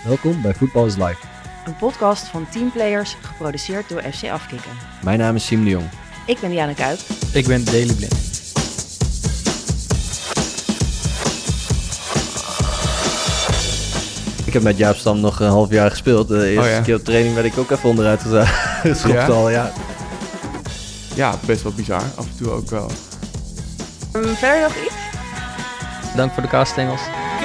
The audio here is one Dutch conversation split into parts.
Welkom bij Voetbal is Live. Een podcast van teamplayers, geproduceerd door FC Afkikken. Mijn naam is Siem de Jong. Ik ben Diana Kuip. Ik ben Daley Blind. Ik heb met Jaap Stam nog een half jaar gespeeld. De eerste keer op training werd ik ook even onderuit geschopt al, ja. Ja, best wel bizar. Af en toe ook wel. Verder nog iets? Dank voor de kaasstengels.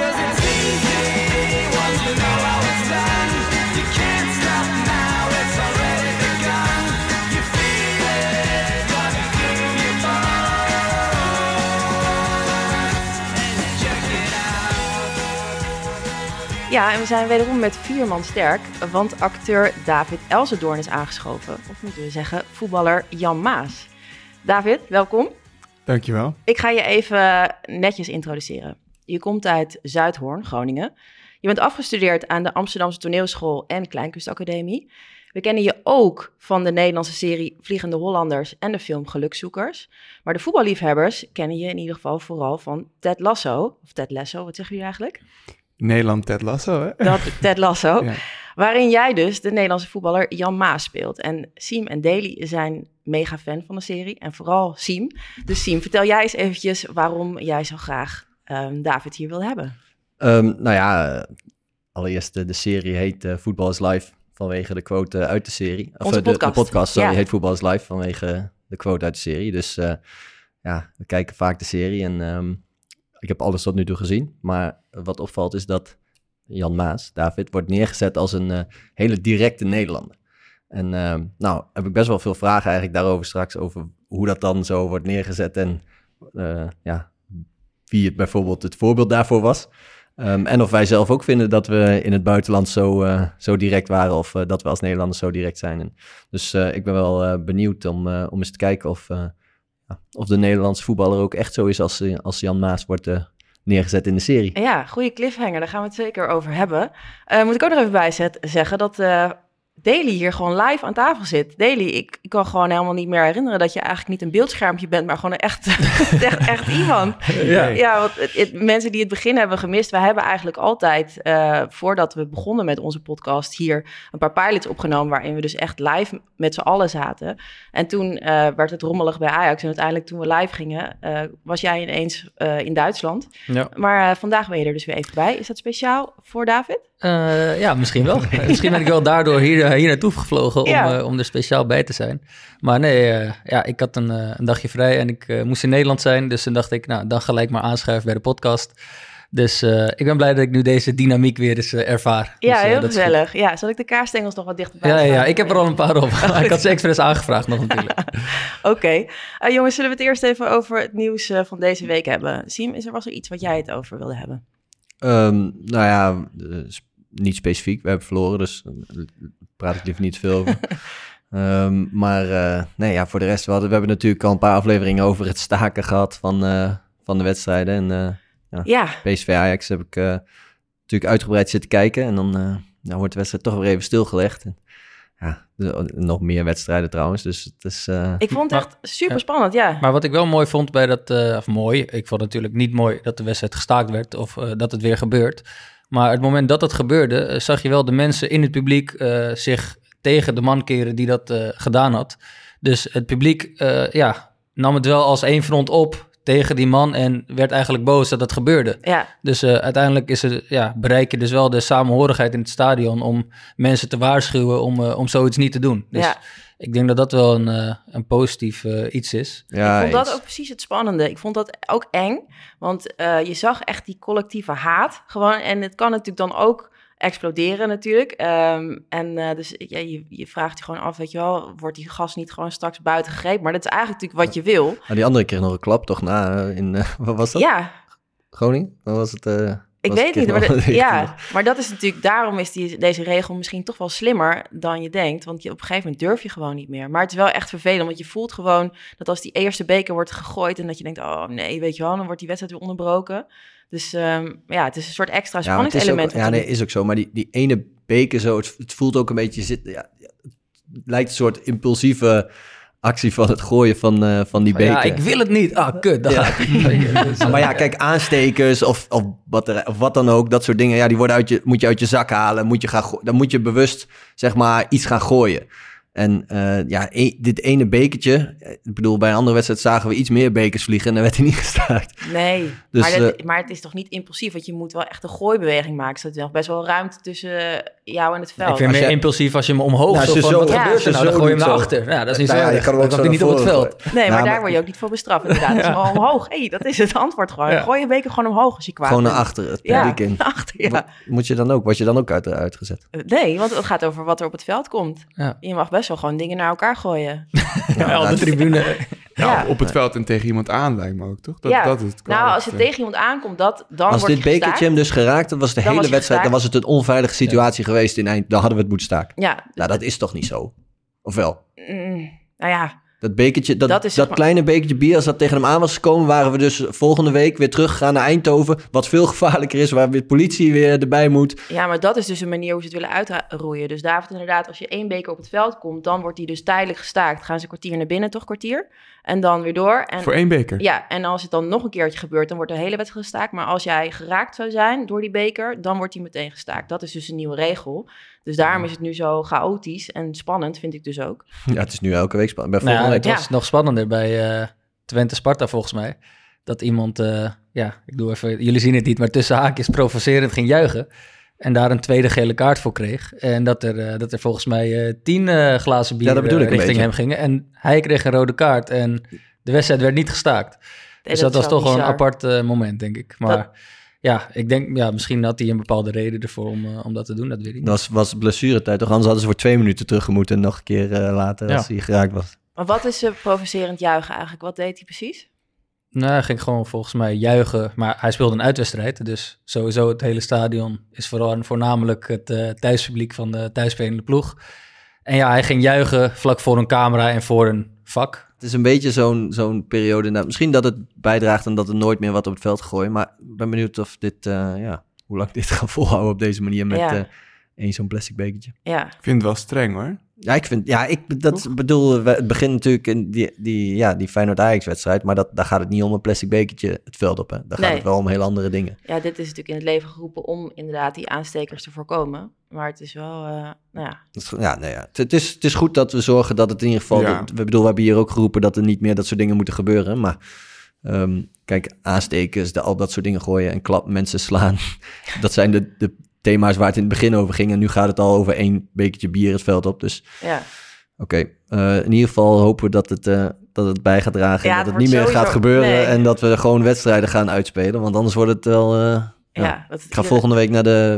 Ja, en we zijn wederom met 4 man sterk, want acteur David Elsendoorn is aangeschoven. Of moeten we zeggen, voetballer Jan Maas. David, welkom. Dankjewel. Ik ga je even netjes introduceren. Je komt uit Zuidhoorn, Groningen. Je bent afgestudeerd aan de Amsterdamse Toneelschool en Kleinkunstacademie. We kennen je ook van de Nederlandse serie Vliegende Hollanders en de film Gelukzoekers. Maar de voetballiefhebbers kennen je in ieder geval vooral van Ted Lasso. Of Ted Lasso, wat zeggen jullie eigenlijk? Nederland Ted Lasso, hè? Dat Ted Lasso. Ja. Waarin jij dus de Nederlandse voetballer Jan Maas speelt. En Siem en Daley zijn mega fan van de serie. En vooral Siem. Dus Siem, vertel jij eens eventjes waarom jij zo graag David hier wil hebben. Allereerst de serie heet Voetbal is Live vanwege de quote uit de serie. Of Onze podcast. De podcast, sorry, Ja. heet Voetbal is Live vanwege de quote uit de serie. Dus we kijken vaak de serie en ik heb alles tot nu toe gezien. Maar wat opvalt is dat Jan Maas, David, wordt neergezet als een hele directe Nederlander. En heb ik best wel veel vragen eigenlijk daarover straks, over hoe dat dan zo wordt neergezet en wie het bijvoorbeeld het voorbeeld daarvoor was. En of wij zelf ook vinden dat we in het buitenland zo direct waren of dat we als Nederlanders zo direct zijn. Dus ik ben wel benieuwd om eens te kijken of de Nederlandse voetballer ook echt zo is als Jan Maas wordt neergezet in de serie. Ja, goede cliffhanger, daar gaan we het zeker over hebben. Moet ik ook nog even bij zeggen dat Daley hier gewoon live aan tafel zit. Daley, ik kan gewoon helemaal niet meer herinneren dat je eigenlijk niet een beeldschermpje bent, maar gewoon echt iemand. Ja, want mensen die het begin hebben gemist, we hebben eigenlijk altijd, voordat we begonnen met onze podcast, hier een paar pilots opgenomen, waarin we dus echt live met z'n allen zaten. En toen werd het rommelig bij Ajax. En uiteindelijk toen we live gingen, was jij ineens in Duitsland. Ja. Maar vandaag ben je er dus weer even bij. Is dat speciaal voor David? Ja, misschien wel. Misschien ben ik wel daardoor hier naartoe gevlogen om er speciaal bij te zijn. Maar nee, ik had een dagje vrij en ik moest in Nederland zijn. Dus toen dacht ik, dan gelijk maar aanschuiven bij de podcast. Dus ik ben blij dat ik nu deze dynamiek weer eens ervaar. Ja, dus, heel dat gezellig. Ja, zal ik de kaarstengels nog wat dichterbij Ja, ik heb er al een paar op. Ik had ze expres aangevraagd nog natuurlijk. Oké. Jongens, zullen we het eerst even over het nieuws van deze week hebben? Siem, was er iets wat jij het over wilde hebben? Niet specifiek. We hebben verloren, dus daar praat ik liever niet te veel over. Voor de rest, we hebben natuurlijk al een paar afleveringen over het staken gehad van de wedstrijden. En PSV Ajax heb ik natuurlijk uitgebreid zitten kijken. En dan wordt de wedstrijd toch weer even stilgelegd. En, nog meer wedstrijden trouwens, dus het is... Ik vond het echt super spannend, ja. Maar wat ik wel mooi vond bij dat... ik vond natuurlijk niet mooi dat de wedstrijd gestaakt werd of dat het weer gebeurt. Maar het moment dat het gebeurde, zag je wel de mensen in het publiek zich tegen de man keren die dat gedaan had. Dus het publiek nam het wel als één front op tegen die man en werd eigenlijk boos dat het gebeurde. Ja. Dus uiteindelijk bereik je dus wel de samenhorigheid in het stadion om mensen te waarschuwen om zoiets niet te doen. Dus ik denk dat dat wel een positief iets is. Ja, ik vond dat ook precies het spannende. Ik vond dat ook eng, want je zag echt die collectieve haat gewoon. En het kan natuurlijk dan ook exploderen natuurlijk. Dus je vraagt je gewoon af, weet je wel, wordt die gast niet gewoon straks buiten gegrepen? Maar dat is eigenlijk natuurlijk wat je wil. Maar die andere kreeg nog een klap toch wat was dat? Ja. Groningen? Wat was het? Ik weet niet, maar dat is natuurlijk, daarom is deze regel misschien toch wel slimmer dan je denkt, want op een gegeven moment durf je gewoon niet meer. Maar het is wel echt vervelend, want je voelt gewoon dat als die eerste beker wordt gegooid en dat je denkt, oh nee, weet je wel, dan wordt die wedstrijd weer onderbroken. Dus het is een soort extra spanningselement. Is ook zo, maar die ene beker zo, het voelt ook een beetje, het lijkt een soort impulsieve actie van het gooien van die beker. Ja, ik wil het niet. Ah, kut. Dat ga ik. Maar ja, kijk, aanstekers of wat dan ook, dat soort dingen, ja, die worden moet je uit je zak halen, dan moet je bewust, zeg maar, iets gaan gooien. En dit ene bekertje, ik bedoel, bij een andere wedstrijd zagen we iets meer bekers vliegen en dan werd hij niet gestaakt. Nee, Dus, maar het is toch niet impulsief, want je moet wel echt een gooibeweging maken. Zodat er nog best wel ruimte tussen jou en het veld. Ik vind meer impulsief als je hem omhoog Nou, zo van, zo- wat ja, gebeurt er nou? Dan gooi je hem naar achter. Ja, dat is niet zo Nou ja, je erg. kan hem ook Dan zo kan hij niet naar op het voren veld. Nee, maar Nou, daar word je ook niet voor bestraft inderdaad. Dus maar omhoog. Dat is het antwoord gewoon. Ja. Gooi je beker gewoon omhoog als je kwaad Gewoon naar bent. achter, het Ja, publiek in. naar achter, ja. Word je dan ook uitgezet? Nee, want het gaat over wat er op het veld komt. Ja. Je mag best wel gewoon dingen naar elkaar gooien. Ja, de tribune. Ja. Op het veld en tegen iemand aan lijkt me ook, toch? Dat is het Nou, kwalijkste. als het tegen iemand aankomt, dan Als wordt dit je bekertje gestaakt. hem dus geraakt, dan was de Dan hele was hij wedstrijd, dan gestaakt. was het een onveilige situatie geweest in eind. Dan hadden we het moeten staken. Ja, Nou, dat is toch niet zo? Of wel? nou ja, Dat bekertje, Dat is zeg maar- kleine bekertje bier, als dat tegen hem aan was gekomen, waren we dus volgende week weer teruggegaan naar Eindhoven, wat veel gevaarlijker is, waar weer de politie weer erbij moet. Ja, maar dat is dus een manier hoe ze het willen uitroeien. Dus David, inderdaad, als je 1 beker op het veld komt, dan wordt die dus tijdelijk gestaakt. Gaan ze een kwartier naar binnen, toch kwartier? En dan weer door. En, Voor 1 beker? ja, en als het dan nog een keertje gebeurt, dan wordt de hele wedstrijd gestaakt. Maar als jij geraakt zou zijn door die beker, dan wordt die meteen gestaakt. Dat is dus een nieuwe regel. Dus daarom is het nu zo chaotisch en spannend, vind ik dus ook. Ja, het is nu elke week spannend. Bij Nou, volgende het week. was nog spannender bij Twente-Sparta volgens mij. Dat iemand, ik doe even, jullie zien het niet, maar tussen haakjes provocerend ging juichen. En daar een tweede gele kaart voor kreeg. En dat er volgens mij 10 glazen bier Ja, dat bedoel ik een richting beetje. hem gingen. En hij kreeg een rode kaart en de wedstrijd werd niet gestaakt. Dus dat is was toch wel een bizar. apart moment, denk ik. Maar ja, ik denk, misschien had hij een bepaalde reden ervoor om dat te doen, dat weet ik niet. Dat was blessuretijd, toch? Anders hadden ze voor 2 minuten teruggemoeten en nog een keer later als Ja. hij geraakt was. Maar wat is provocerend juichen eigenlijk? Wat deed hij precies? Nou, hij ging gewoon volgens mij juichen, maar hij speelde een uitwedstrijd. Dus sowieso het hele stadion is voornamelijk het thuispubliek van de thuisspelende ploeg. En ja, hij ging juichen vlak voor een camera en voor een vak. Het is een beetje zo'n periode. Nou, misschien dat het bijdraagt en dat er nooit meer wat op het veld gegooid. Maar ik ben benieuwd of dit, hoe lang dit gaat volhouden op deze manier met Ja. één zo'n plastic bekertje. Ja, Ik vind het wel streng, hoor. Ja, bedoel, het begint natuurlijk in die Feyenoord-Ajax-wedstrijd, maar daar gaat het niet om een plastic bekertje het veld op. Hè. Daar gaat Nee. het wel om heel andere dingen. ja, dit is natuurlijk in het leven geroepen om inderdaad die aanstekers te voorkomen. Maar het is wel, Het is goed dat we zorgen dat het in ieder geval... Ja. We hebben hier ook geroepen dat er niet meer dat soort dingen moeten gebeuren. Maar kijk, aanstekers, al dat soort dingen gooien en mensen slaan. Dat zijn de thema's waar het in het begin over ging. En nu gaat het al over 1 bekertje bier het veld op. Dus ja. oké, in ieder geval hopen we dat het bij gaat dragen. Ja, en dat het het niet meer wordt gaat sowieso- gebeuren. nee. En dat we gewoon wedstrijden gaan uitspelen. Want anders wordt het wel... Ik ga volgende week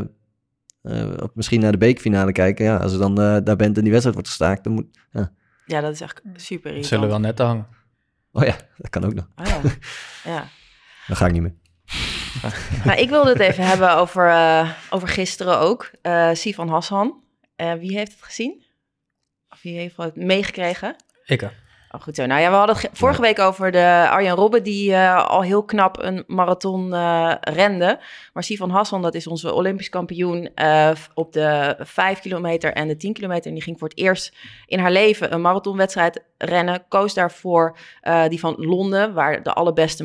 of misschien naar de bekerfinale kijken. Ja, als je dan daar bent en die wedstrijd wordt gestaakt, dan moet... Ja, dat is echt super Het irritant. zullen wel net hangen. Oh ja, dat kan ook nog. Oh, ja. Ja. Dan ga ik niet meer. Nou, ik wilde het even hebben over gisteren ook. Sifan Hassan. Wie heeft het gezien? Of wie heeft het meegekregen? Ik. Oh, goed zo. Nou ja, we hadden het vorige week over de Arjen Robben, die al heel knap een marathon rende. Maar Sifan Hassan, dat is onze Olympisch kampioen op de 5 kilometer en de 10 kilometer. En die ging voor het eerst in haar leven een marathonwedstrijd rennen. Koos daarvoor die van Londen, waar de allerbeste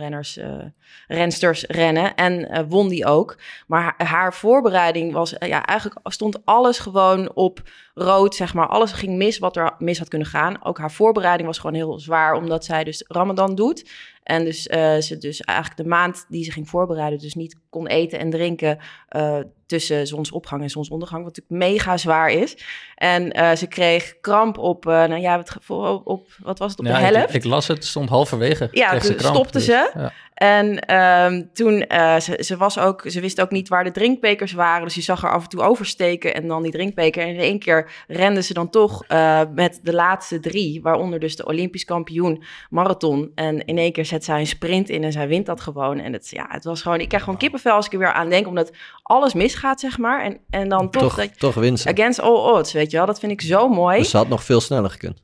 rensters rennen. En won die ook. Maar haar voorbereiding was, eigenlijk stond alles gewoon op rood, zeg maar. Alles ging mis wat er mis had kunnen gaan. Ook haar voorbereiding was gewoon heel zwaar, omdat zij dus Ramadan doet. En dus ze dus eigenlijk de maand die ze ging voorbereiden, dus niet kon eten en drinken tussen zonsopgang en zonsondergang, wat natuurlijk mega zwaar is. En ze kreeg kramp op, wat was het, op de helft? Ik las het, stond halverwege. Ja, kreeg ze toen kramp, stopte dus, ze. ja. En toen, ze wist ook niet waar de drinkbekers waren. Dus je zag haar af en toe oversteken en dan die drinkbeker. En in één keer rende ze dan toch met de laatste 3, waaronder dus de Olympisch kampioen marathon. En in één keer zet zij een sprint in en zij wint dat gewoon. En het was gewoon, ik krijg gewoon kippenvel als ik er weer aan denk, omdat alles misgaat, zeg maar. En dan toch Toch winst. against all odds, weet je wel. Dat vind ik zo mooi. Dus ze had nog veel sneller gekund.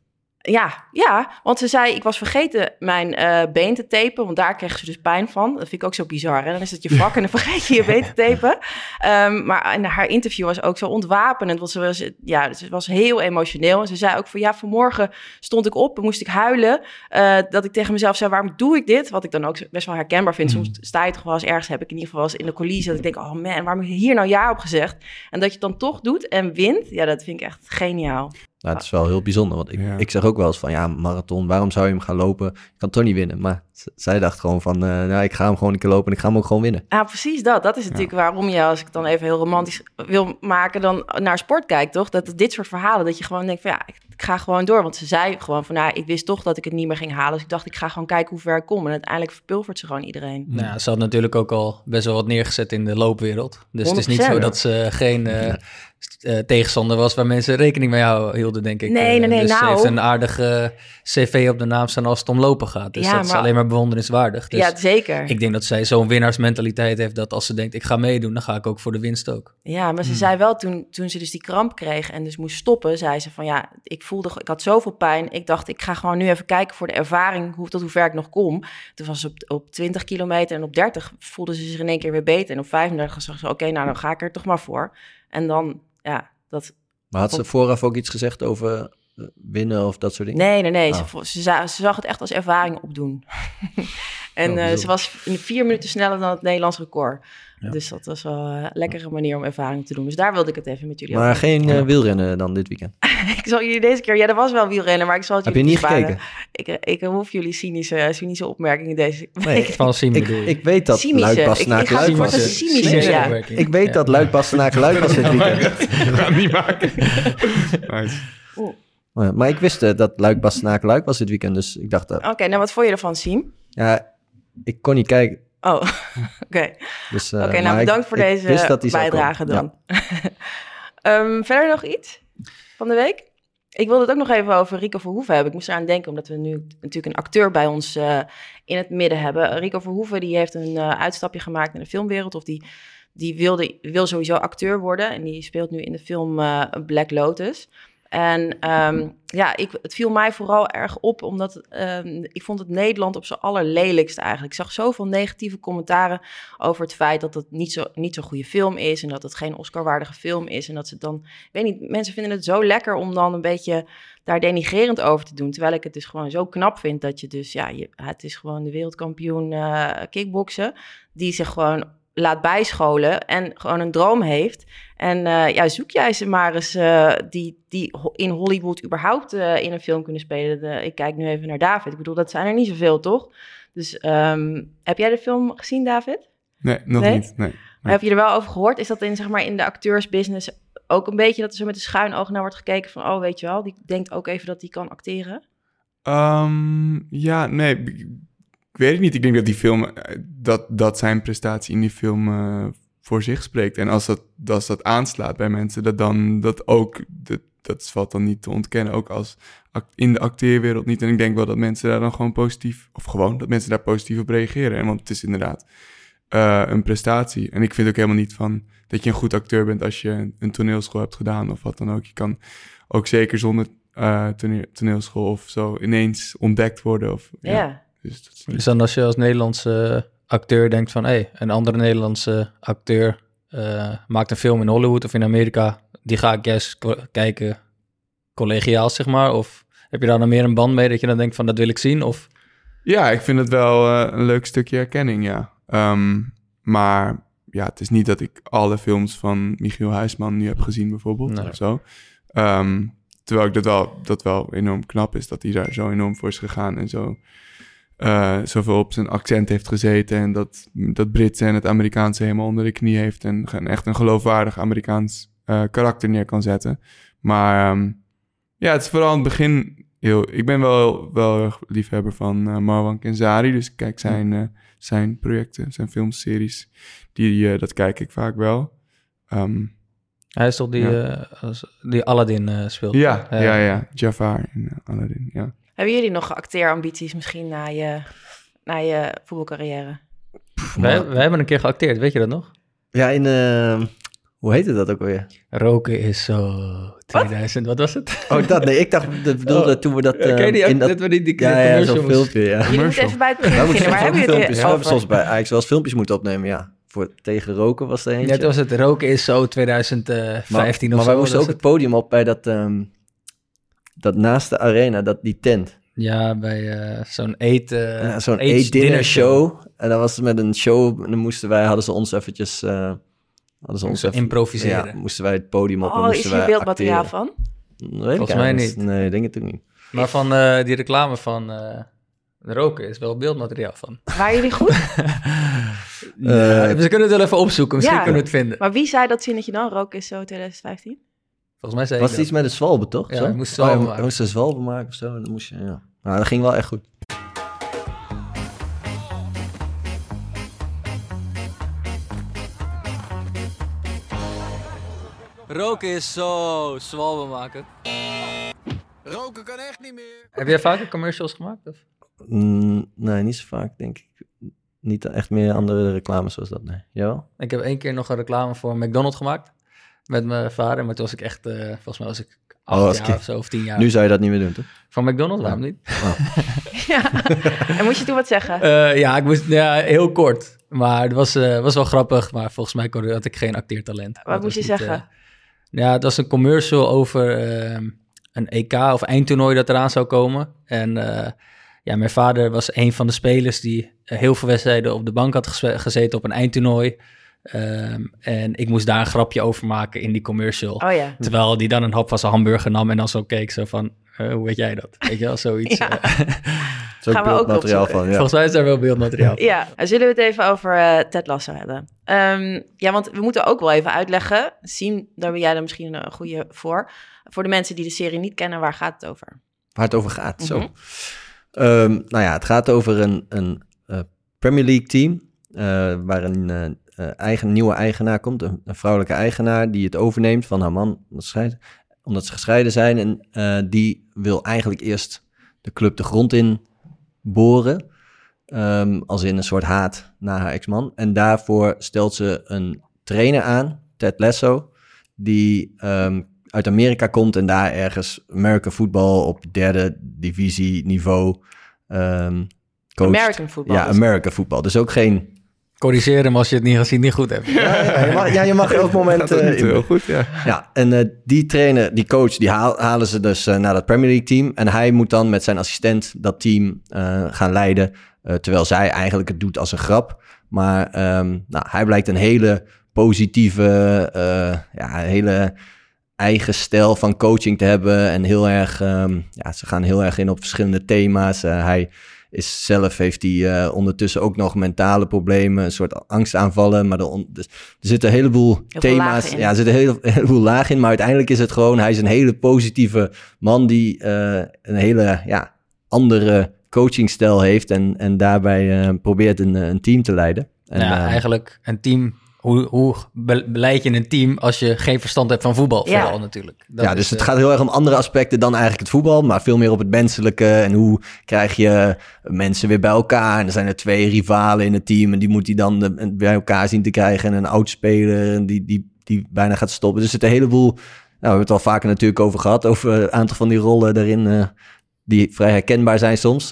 Ja, want ze zei, ik was vergeten mijn been te tapen, want daar kreeg ze dus pijn van. Dat vind ik ook zo bizar, hè? Dan is het je vak en dan vergeet je je been te tapen. Maar haar interview was ook zo ontwapenend, want ze was heel emotioneel. En ze zei ook van, vanmorgen stond ik op en moest ik huilen. Dat ik tegen mezelf zei, waarom doe ik dit? Wat ik dan ook best wel herkenbaar vind. Soms sta je toch wel eens ergens, heb ik in ieder geval wel eens in de coulissen, dat ik denk, oh man, waarom heb je hier nou ja op gezegd? En dat je het dan toch doet en wint, dat vind ik echt geniaal. Nou, het is wel heel bijzonder, want ik zeg ook wel eens van, marathon, waarom zou je hem gaan lopen? Je kan toch niet winnen. Maar zij dacht gewoon van, ik ga hem gewoon een keer lopen en ik ga hem ook gewoon winnen. Ja, precies dat. Dat is natuurlijk waarom je, als ik het dan even heel romantisch wil maken, dan naar sport kijkt, toch? Dat dit soort verhalen, dat je gewoon denkt van, ik ga gewoon door. Want ze zei gewoon van, ik wist toch dat ik het niet meer ging halen. Dus ik dacht, ik ga gewoon kijken hoe ver ik kom. En uiteindelijk verpulvert ze gewoon iedereen. Nou ja, ze had natuurlijk ook al best wel wat neergezet in de loopwereld. Dus 100%. Het is niet zo dat ze geen tegenstander was waar mensen rekening mee hielden, denk ik. Nee. Dus ze heeft een aardige cv op de naam staan als het om lopen gaat. Dus dat is alleen maar bewonderenswaardig. Dus ja, zeker. Ik denk dat zij zo'n winnaarsmentaliteit heeft dat als ze denkt, ik ga meedoen, dan ga ik ook voor de winst ook. Ja, maar ze zei wel toen ze dus die kramp kreeg en dus moest stoppen, zei ze van ik had zoveel pijn. Ik dacht, ik ga gewoon nu even kijken voor de ervaring, tot hoe ver ik nog kom. Toen was ze op 20 kilometer en op 30 voelde ze zich in één keer weer beter. En op 35 zag ze, oké, dan ga ik er toch maar voor. En dan, dat... Maar had ze vooraf ook iets gezegd over winnen of dat soort dingen? Nee. Ze zag het echt als ervaring opdoen. En ze was in 4 minuten sneller dan het Nederlands record. Ja. Dus dat was wel een lekkere manier om ervaring te doen. Dus daar wilde ik het even met jullie over. Maar geen wielrennen dan dit weekend? Ik zal jullie deze keer... er was wel wielrennen, maar ik zal het jullie... Heb je niet gekeken? Ik hoef jullie cynische opmerkingen deze week. Ik weet dat Luik Bastenaken Luik was. Ik weet dat Luik Bastenaken Luik was dit weekend. We gaan het niet maken. Maar ik wist dat Luik Bastenaken Luik was dit weekend, dus ik dacht... Oké, nou wat vond je ervan, Siem? Ja, ik kon niet kijken. Oh, oké. Dus, nou bedankt voor deze bijdrage dan. Ja. Verder nog iets van de week? Ik wilde het ook nog even over Rico Verhoeven hebben. Ik moest eraan denken, omdat we nu natuurlijk een acteur bij ons in het midden hebben. Rico Verhoeven die heeft een uitstapje gemaakt in de filmwereld. Of die wil sowieso acteur worden. En die speelt nu in de film Black Lotus. En het viel mij vooral erg op, omdat ik vond het Nederland op zijn allerlelijkst eigenlijk. Ik zag zoveel negatieve commentaren over het feit dat het niet zo'n goede film is en dat het geen Oscar-waardige film is. En dat ze dan, ik weet niet, mensen vinden het zo lekker om dan een beetje daar denigrerend over te doen. Terwijl ik het dus gewoon zo knap vind dat je dus, het is gewoon de wereldkampioen kickboksen, die zich gewoon laat bijscholen en gewoon een droom heeft. En zoek jij ze maar eens die in Hollywood überhaupt in een film kunnen spelen. Ik kijk nu even naar David. Ik bedoel, dat zijn er niet zoveel, toch? Dus heb jij de film gezien, David? Nee, nog niet. Nee. Maar heb je er wel over gehoord? Is dat in de acteursbusiness ook een beetje dat er zo met een schuin oog naar wordt gekeken van, oh, weet je wel, die denkt ook even dat hij kan acteren? Ik weet het niet. Ik denk dat die film, dat zijn prestatie in die film voor zich spreekt. En als dat aanslaat bij mensen, dat valt dan niet te ontkennen. Ook als in de acteerwereld niet. En ik denk wel dat mensen daar dan gewoon positief, dat mensen daar positief op reageren. Want het is inderdaad een prestatie. En ik vind ook helemaal niet van dat je een goed acteur bent als je een toneelschool hebt gedaan of wat dan ook. Je kan ook zeker zonder toneelschool of zo ineens ontdekt worden. Dus dan als je als Nederlandse acteur denkt van, een andere Nederlandse acteur maakt een film in Hollywood of in Amerika, die ga ik juist kijken collegiaal, zeg maar. Of heb je daar dan meer een band mee dat je dan denkt van, dat wil ik zien? Of... Ja, ik vind het wel een leuk stukje herkenning, ja. Maar ja, het is niet dat ik alle films van Michiel Huisman nu heb gezien, bijvoorbeeld, of zo. Terwijl ik dat wel enorm knap is, dat hij daar zo enorm voor is gegaan en zo zoveel op zijn accent heeft gezeten en dat Britse en het Amerikaanse helemaal onder de knie heeft en echt een geloofwaardig Amerikaans karakter neer kan zetten. Maar het is vooral aan het begin ik ben wel erg liefhebber van Marwan Kenzari, dus ik kijk zijn projecten, zijn filmseries, dat kijk ik vaak wel. Hij is toch die Aladdin speelt? Ja, Jafar in Aladdin, ja. Hebben jullie nog acteerambities misschien na je voetbalcarrière? Wij hebben een keer geacteerd, weet je dat nog? Ja, in... hoe Hoe heette dat ook weer? Roken is zo 2000, wat was het? Oh, dat, nee, ik dacht, dat bedoelde toen we dat... Ken je die ook, dat we die commercial zo'n filmpje, ja. Je moet even bij het begin beginnen, maar hebben jullie het We hebben over? soms bij Ajax wel eens filmpjes moeten opnemen, ja. Tegen roken was er eentje. Net was het roken is zo 2015 of maar zo. wij moesten ook het podium op bij dat naast de arena, die tent. Ja, bij zo'n eet-dinner show. En dat was met een show, en dan hadden ze ons eventjes... improviseren. Ja, moesten wij het podium op. Oh, is hier beeldmateriaal van? Volgens mij niet. Nee, ik denk het ook niet. Maar van die reclame van roken is wel beeldmateriaal van. Waren jullie goed? We kunnen het wel even opzoeken, misschien kunnen we het vinden. Maar wie zei dat zinnetje dan? Roken is zo 2015? Volgens mij zei was het iets met de zwalbe, toch? Ja, je moest zwalbe maken. Je moest een zwalbe maken of zo. En dan moest je, ja. Nou, dat ging wel echt goed. Roken is zo zwalbe maken. Roken kan echt niet meer. Heb jij vaker commercials gemaakt? Of? Nee, niet zo vaak, denk ik. Niet echt meer andere reclames zoals dat, nee. Jawel? Ik heb 1 keer nog een reclame voor McDonald's gemaakt. Met mijn vader, maar toen was ik echt... volgens mij was ik 8 jaar of zo, of 10 jaar. Nu zou je dat niet meer doen, toch? Van McDonald's? Waarom niet? Oh. Ja. En moest je toen wat zeggen? Ja, ik moest heel kort. Maar het was wel grappig. Maar volgens mij had ik geen acteertalent. Wat moest je zeggen? Ja, het was een commercial over een EK of eindtoernooi dat eraan zou komen. En mijn vader was een van de spelers die heel veel wedstrijden op de bank had gezeten op een eindtoernooi. En ik moest daar een grapje over maken in die commercial. Oh ja. Terwijl die dan een hap van zijn hamburger nam en dan zo keek zo van, hoe weet jij dat? Weet je wel, zoiets. Ja. Zo'n Gaan we ook beeldmateriaal opzoeken. van, ja. Volgens mij is daar wel beeldmateriaal. Ja, zullen we het even over Ted Lasso hebben? Ja, want we moeten ook wel even uitleggen. Siem, daar ben jij dan misschien een goede voor. Voor de mensen die de serie niet kennen, waar gaat het over? Waar het over gaat, zo. Nou ja, het gaat over een Premier League team... waar een nieuwe eigenaar komt, een vrouwelijke eigenaar... die het overneemt van haar man, omdat ze gescheiden zijn. En die wil eigenlijk eerst de club de grond in boren... als in een soort haat naar haar ex-man. En daarvoor stelt ze een trainer aan, Ted Lasso... die uit Amerika komt en daar ergens American voetbal op 3e divisie niveau coacht. American voetbal. Ja, American voetbal. Dus ook geen... Corrigeer hem als je het niet goed hebt. je mag elk moment... heel goed, ja. Ja, en die trainer, die coach, die halen ze dus naar dat Premier League team. En hij moet dan met zijn assistent dat team gaan leiden. Terwijl zij eigenlijk het doet als een grap. Maar hij blijkt een hele positieve, hele eigen stijl van coaching te hebben. En heel erg, ze gaan heel erg in op verschillende thema's. Heeft hij ondertussen ook nog mentale problemen, een soort angstaanvallen. Maar er zitten een heleboel thema's. Ja, er zit een heleboel laag in. Maar uiteindelijk is het gewoon, hij is een hele positieve man die een hele andere coachingstijl heeft. En daarbij probeert een team te leiden. En, eigenlijk een team. Hoe beleid je een team als je geen verstand hebt van voetbal? Ja. Vooral natuurlijk. Dus het gaat heel erg om andere aspecten dan eigenlijk het voetbal, maar veel meer op het menselijke. En hoe krijg je mensen weer bij elkaar? En er zijn er 2 rivalen in het team en die moet hij dan bij elkaar zien te krijgen. En een oud-speler die bijna gaat stoppen. Dus het een heleboel, we hebben het al vaker natuurlijk over gehad, over een aantal van die rollen daarin die vrij herkenbaar zijn soms.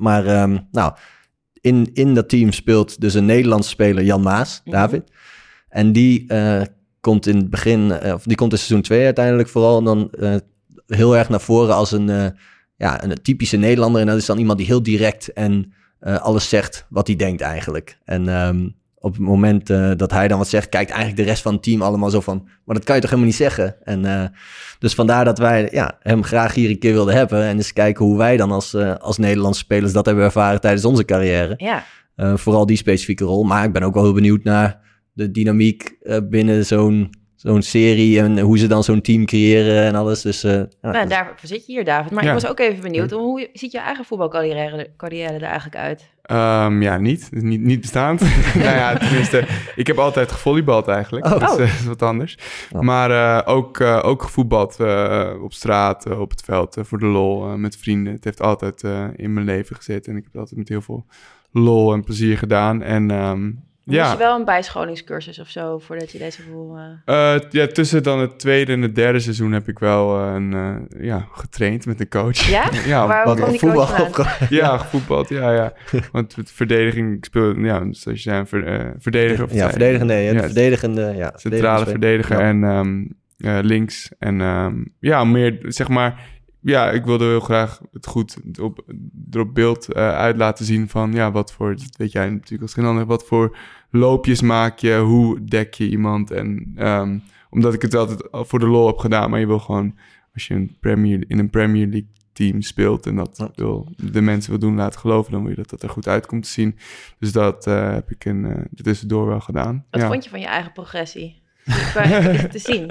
In dat team speelt dus een Nederlandse speler, Jan Maas, David. En die komt in het begin, die komt in seizoen 2 uiteindelijk vooral dan heel erg naar voren als een typische Nederlander. En dat is dan iemand die heel direct en alles zegt wat hij denkt eigenlijk. En op het moment dat hij dan wat zegt, kijkt eigenlijk de rest van het team allemaal zo van, maar dat kan je toch helemaal niet zeggen? En dus vandaar dat wij hem graag hier een keer wilden hebben en eens kijken hoe wij dan als Nederlandse spelers dat hebben ervaren tijdens onze carrière. Ja. Vooral die specifieke rol. Maar ik ben ook wel heel benieuwd naar de dynamiek binnen zo'n serie en hoe ze dan zo'n team creëren en alles. Dus, daarvoor zit je hier, David. Maar ik was ook even benieuwd, hoe ziet je eigen voetbalcarrière er eigenlijk uit? Niet bestaand. Tenminste, ik heb altijd gevolleybald eigenlijk. Dat is wat anders. Oh. Maar ook gevoetbald op straat, op het veld, voor de lol, met vrienden. Het heeft altijd in mijn leven gezeten en ik heb het altijd met heel veel lol en plezier gedaan. En Moest je wel een bijscholingscursus of zo voordat je deze rol... Tussen dan het tweede en het derde seizoen heb ik wel getraind met een coach. Ja? Waar kwam die coach vandaan? Ja, gevoetbald, ja. Want met verdediging, ik speel, zoals je zei, verdediger. Of verdedigende, centrale verdediger en links. En meer, zeg maar... Ja, ik wilde heel graag het goed erop beeld uit laten zien van... wat voor, dat weet jij natuurlijk als geen ander... wat voor loopjes maak je, hoe dek je iemand... En omdat ik het altijd voor de lol heb gedaan... maar je wil gewoon, als je in een Premier League team speelt... en dat de mensen wil doen laten geloven... dan wil je dat er goed uitkomt te zien. Dus dat heb ik er tussendoor wel gedaan. Wat vond je van je eigen progressie? Is het te zien?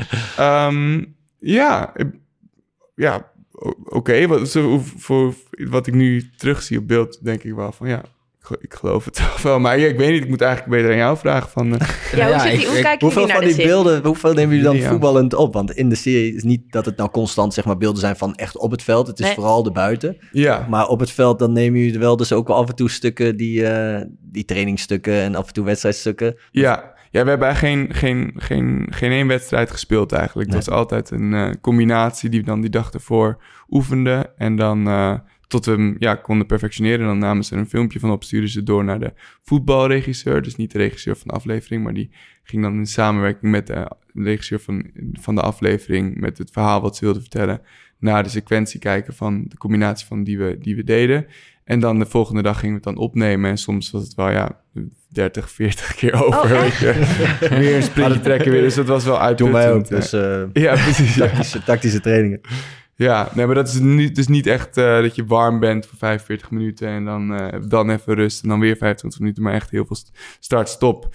Oké, voor wat ik nu terugzie op beeld, denk ik wel van ik geloof het toch wel. Maar ik weet niet, ik moet eigenlijk beter aan jou vragen van... hoe kijk je hoeveel naar van de die beelden, hoeveel nemen jullie dan voetballend op? Want in de serie is niet dat het nou constant zeg maar beelden zijn van echt op het veld. Het is vooral de buiten. Ja. Maar op het veld dan nemen jullie wel dus ook wel af en toe stukken, die trainingsstukken en af en toe wedstrijdstukken. Ja, we hebben eigenlijk geen één wedstrijd gespeeld eigenlijk. Het was altijd een combinatie die we dan die dag ervoor oefenden. En dan tot we hem konden perfectioneren. Dan namen ze er een filmpje van op, stuurden ze door naar de voetbalregisseur. Dus niet de regisseur van de aflevering, maar die ging dan in samenwerking met de regisseur van de aflevering... met het verhaal wat ze wilden vertellen... naar de sequentie kijken van de combinatie van die we deden... En dan de volgende dag gingen we het dan opnemen. En soms was het wel 30, 40 keer over. Weet je. Weer een sprintje trekken weer. Dus dat was wel uitputtend. Doen wij ook. Dus, ja, precies. Tactische trainingen. Ja, nee, maar dat is dus niet echt dat je warm bent voor 45 minuten. En dan even rust. En dan weer 25 minuten. Maar echt heel veel start-stop.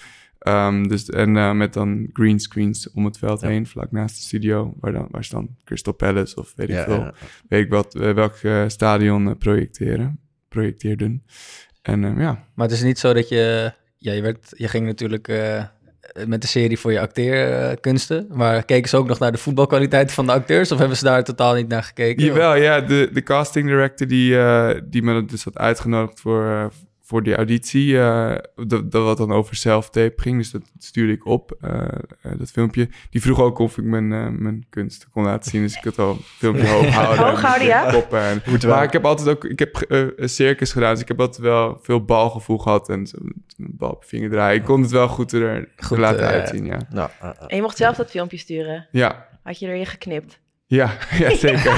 Met dan greenscreens om het veld heen. Vlak naast de studio. Waar ze dan Crystal Palace of weet ik veel. Weet ik wat, welk stadion projecteerden. En Maar het is niet zo dat je ging natuurlijk met de serie voor je acteerkunsten, maar keken ze ook nog naar de voetbalkwaliteit van de acteurs of hebben ze daar totaal niet naar gekeken? Jawel, ja, de casting director die me dus had uitgenodigd voor die auditie, dat wat dan over self-tape ging, dus dat stuurde ik op, dat filmpje. Die vroeg ook of ik mijn kunst kon laten zien, dus ik had al een filmpje hoog houden. Hoog houden, ja? Maar ik heb altijd ook, een circus gedaan, dus ik heb altijd wel veel balgevoel gehad en zo, een bal op je vinger draaien. Ik kon het wel goed laten uitzien, ja. En je mocht zelf dat filmpje sturen? Ja. Had je erin geknipt? Ja, zeker.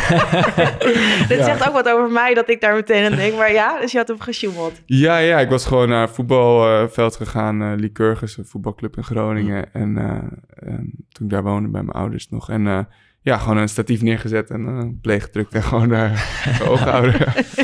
Dit zegt ook wat over mij, dat ik daar meteen aan denk. Maar dus je had hem gesjoemeld. Ja, ik was gewoon naar het voetbalveld gegaan. Lycurgus, een voetbalclub in Groningen. En toen ik daar woonde bij mijn ouders nog. En gewoon een statief neergezet en pleeg gedrukt en gewoon daar ogen houden.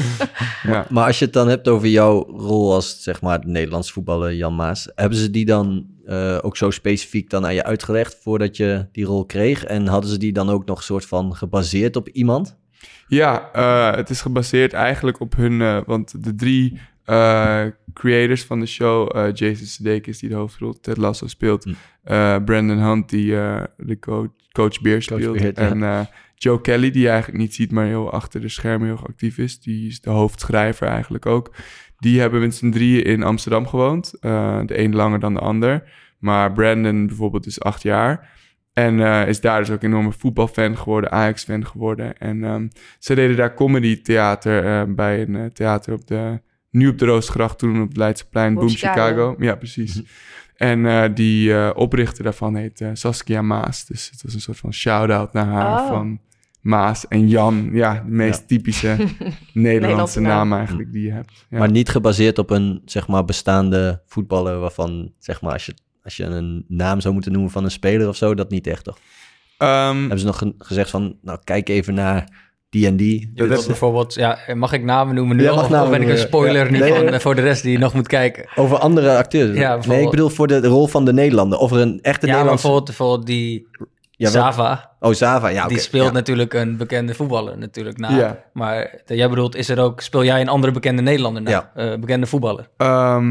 Ja. Maar als je het dan hebt over jouw rol als, zeg maar, Nederlands voetballer Jan Maas, hebben ze die dan ook zo specifiek dan aan je uitgelegd voordat je die rol kreeg? En hadden ze die dan ook nog een soort van gebaseerd op iemand? Ja, het is gebaseerd eigenlijk op hun, want de 3 creators van de show, Jason Sudeikis die de hoofdrol Ted Lasso speelt, Brandon Hunt die de Coach Beer speelt, en Joe Kelly die je eigenlijk niet ziet, maar heel achter de schermen heel actief is. Die is de hoofdschrijver eigenlijk ook. Die hebben met z'n 3 in Amsterdam gewoond. De een langer dan de ander. Maar Brandon bijvoorbeeld is 8 jaar. En is daar dus ook een enorme voetbalfan geworden, Ajax-fan geworden. En ze deden daar comedy theater bij een theater nu op de Roosgracht, toen op het Leidseplein, Boom Chicago. Ja, precies. En die oprichter daarvan heet Saskia Maas. Dus het was een soort van shout-out naar haar van Maas en Jan. Ja, de meest typische Nederlandse naam eigenlijk die je hebt. Ja. Maar niet gebaseerd op een, zeg maar, bestaande voetballer waarvan, zeg maar, als je een naam zou moeten noemen van een speler of zo, dat niet echt, toch? Hebben ze nog gezegd van, nou, kijk even naar die en die. Dat is bijvoorbeeld, mag ik namen noemen nu of ben ik een spoiler voor de rest die nog moet kijken? Over andere acteurs? Ja, nee, ik bedoel voor de rol van de Nederlander. Of er een echte Nederlandse... Ja, bijvoorbeeld die Zava. Oh, Zava, ja. Die speelt natuurlijk een bekende voetballer natuurlijk na. Ja. Maar jij bedoelt, speel jij een andere bekende Nederlander na? Ja. Bekende voetballer? Ik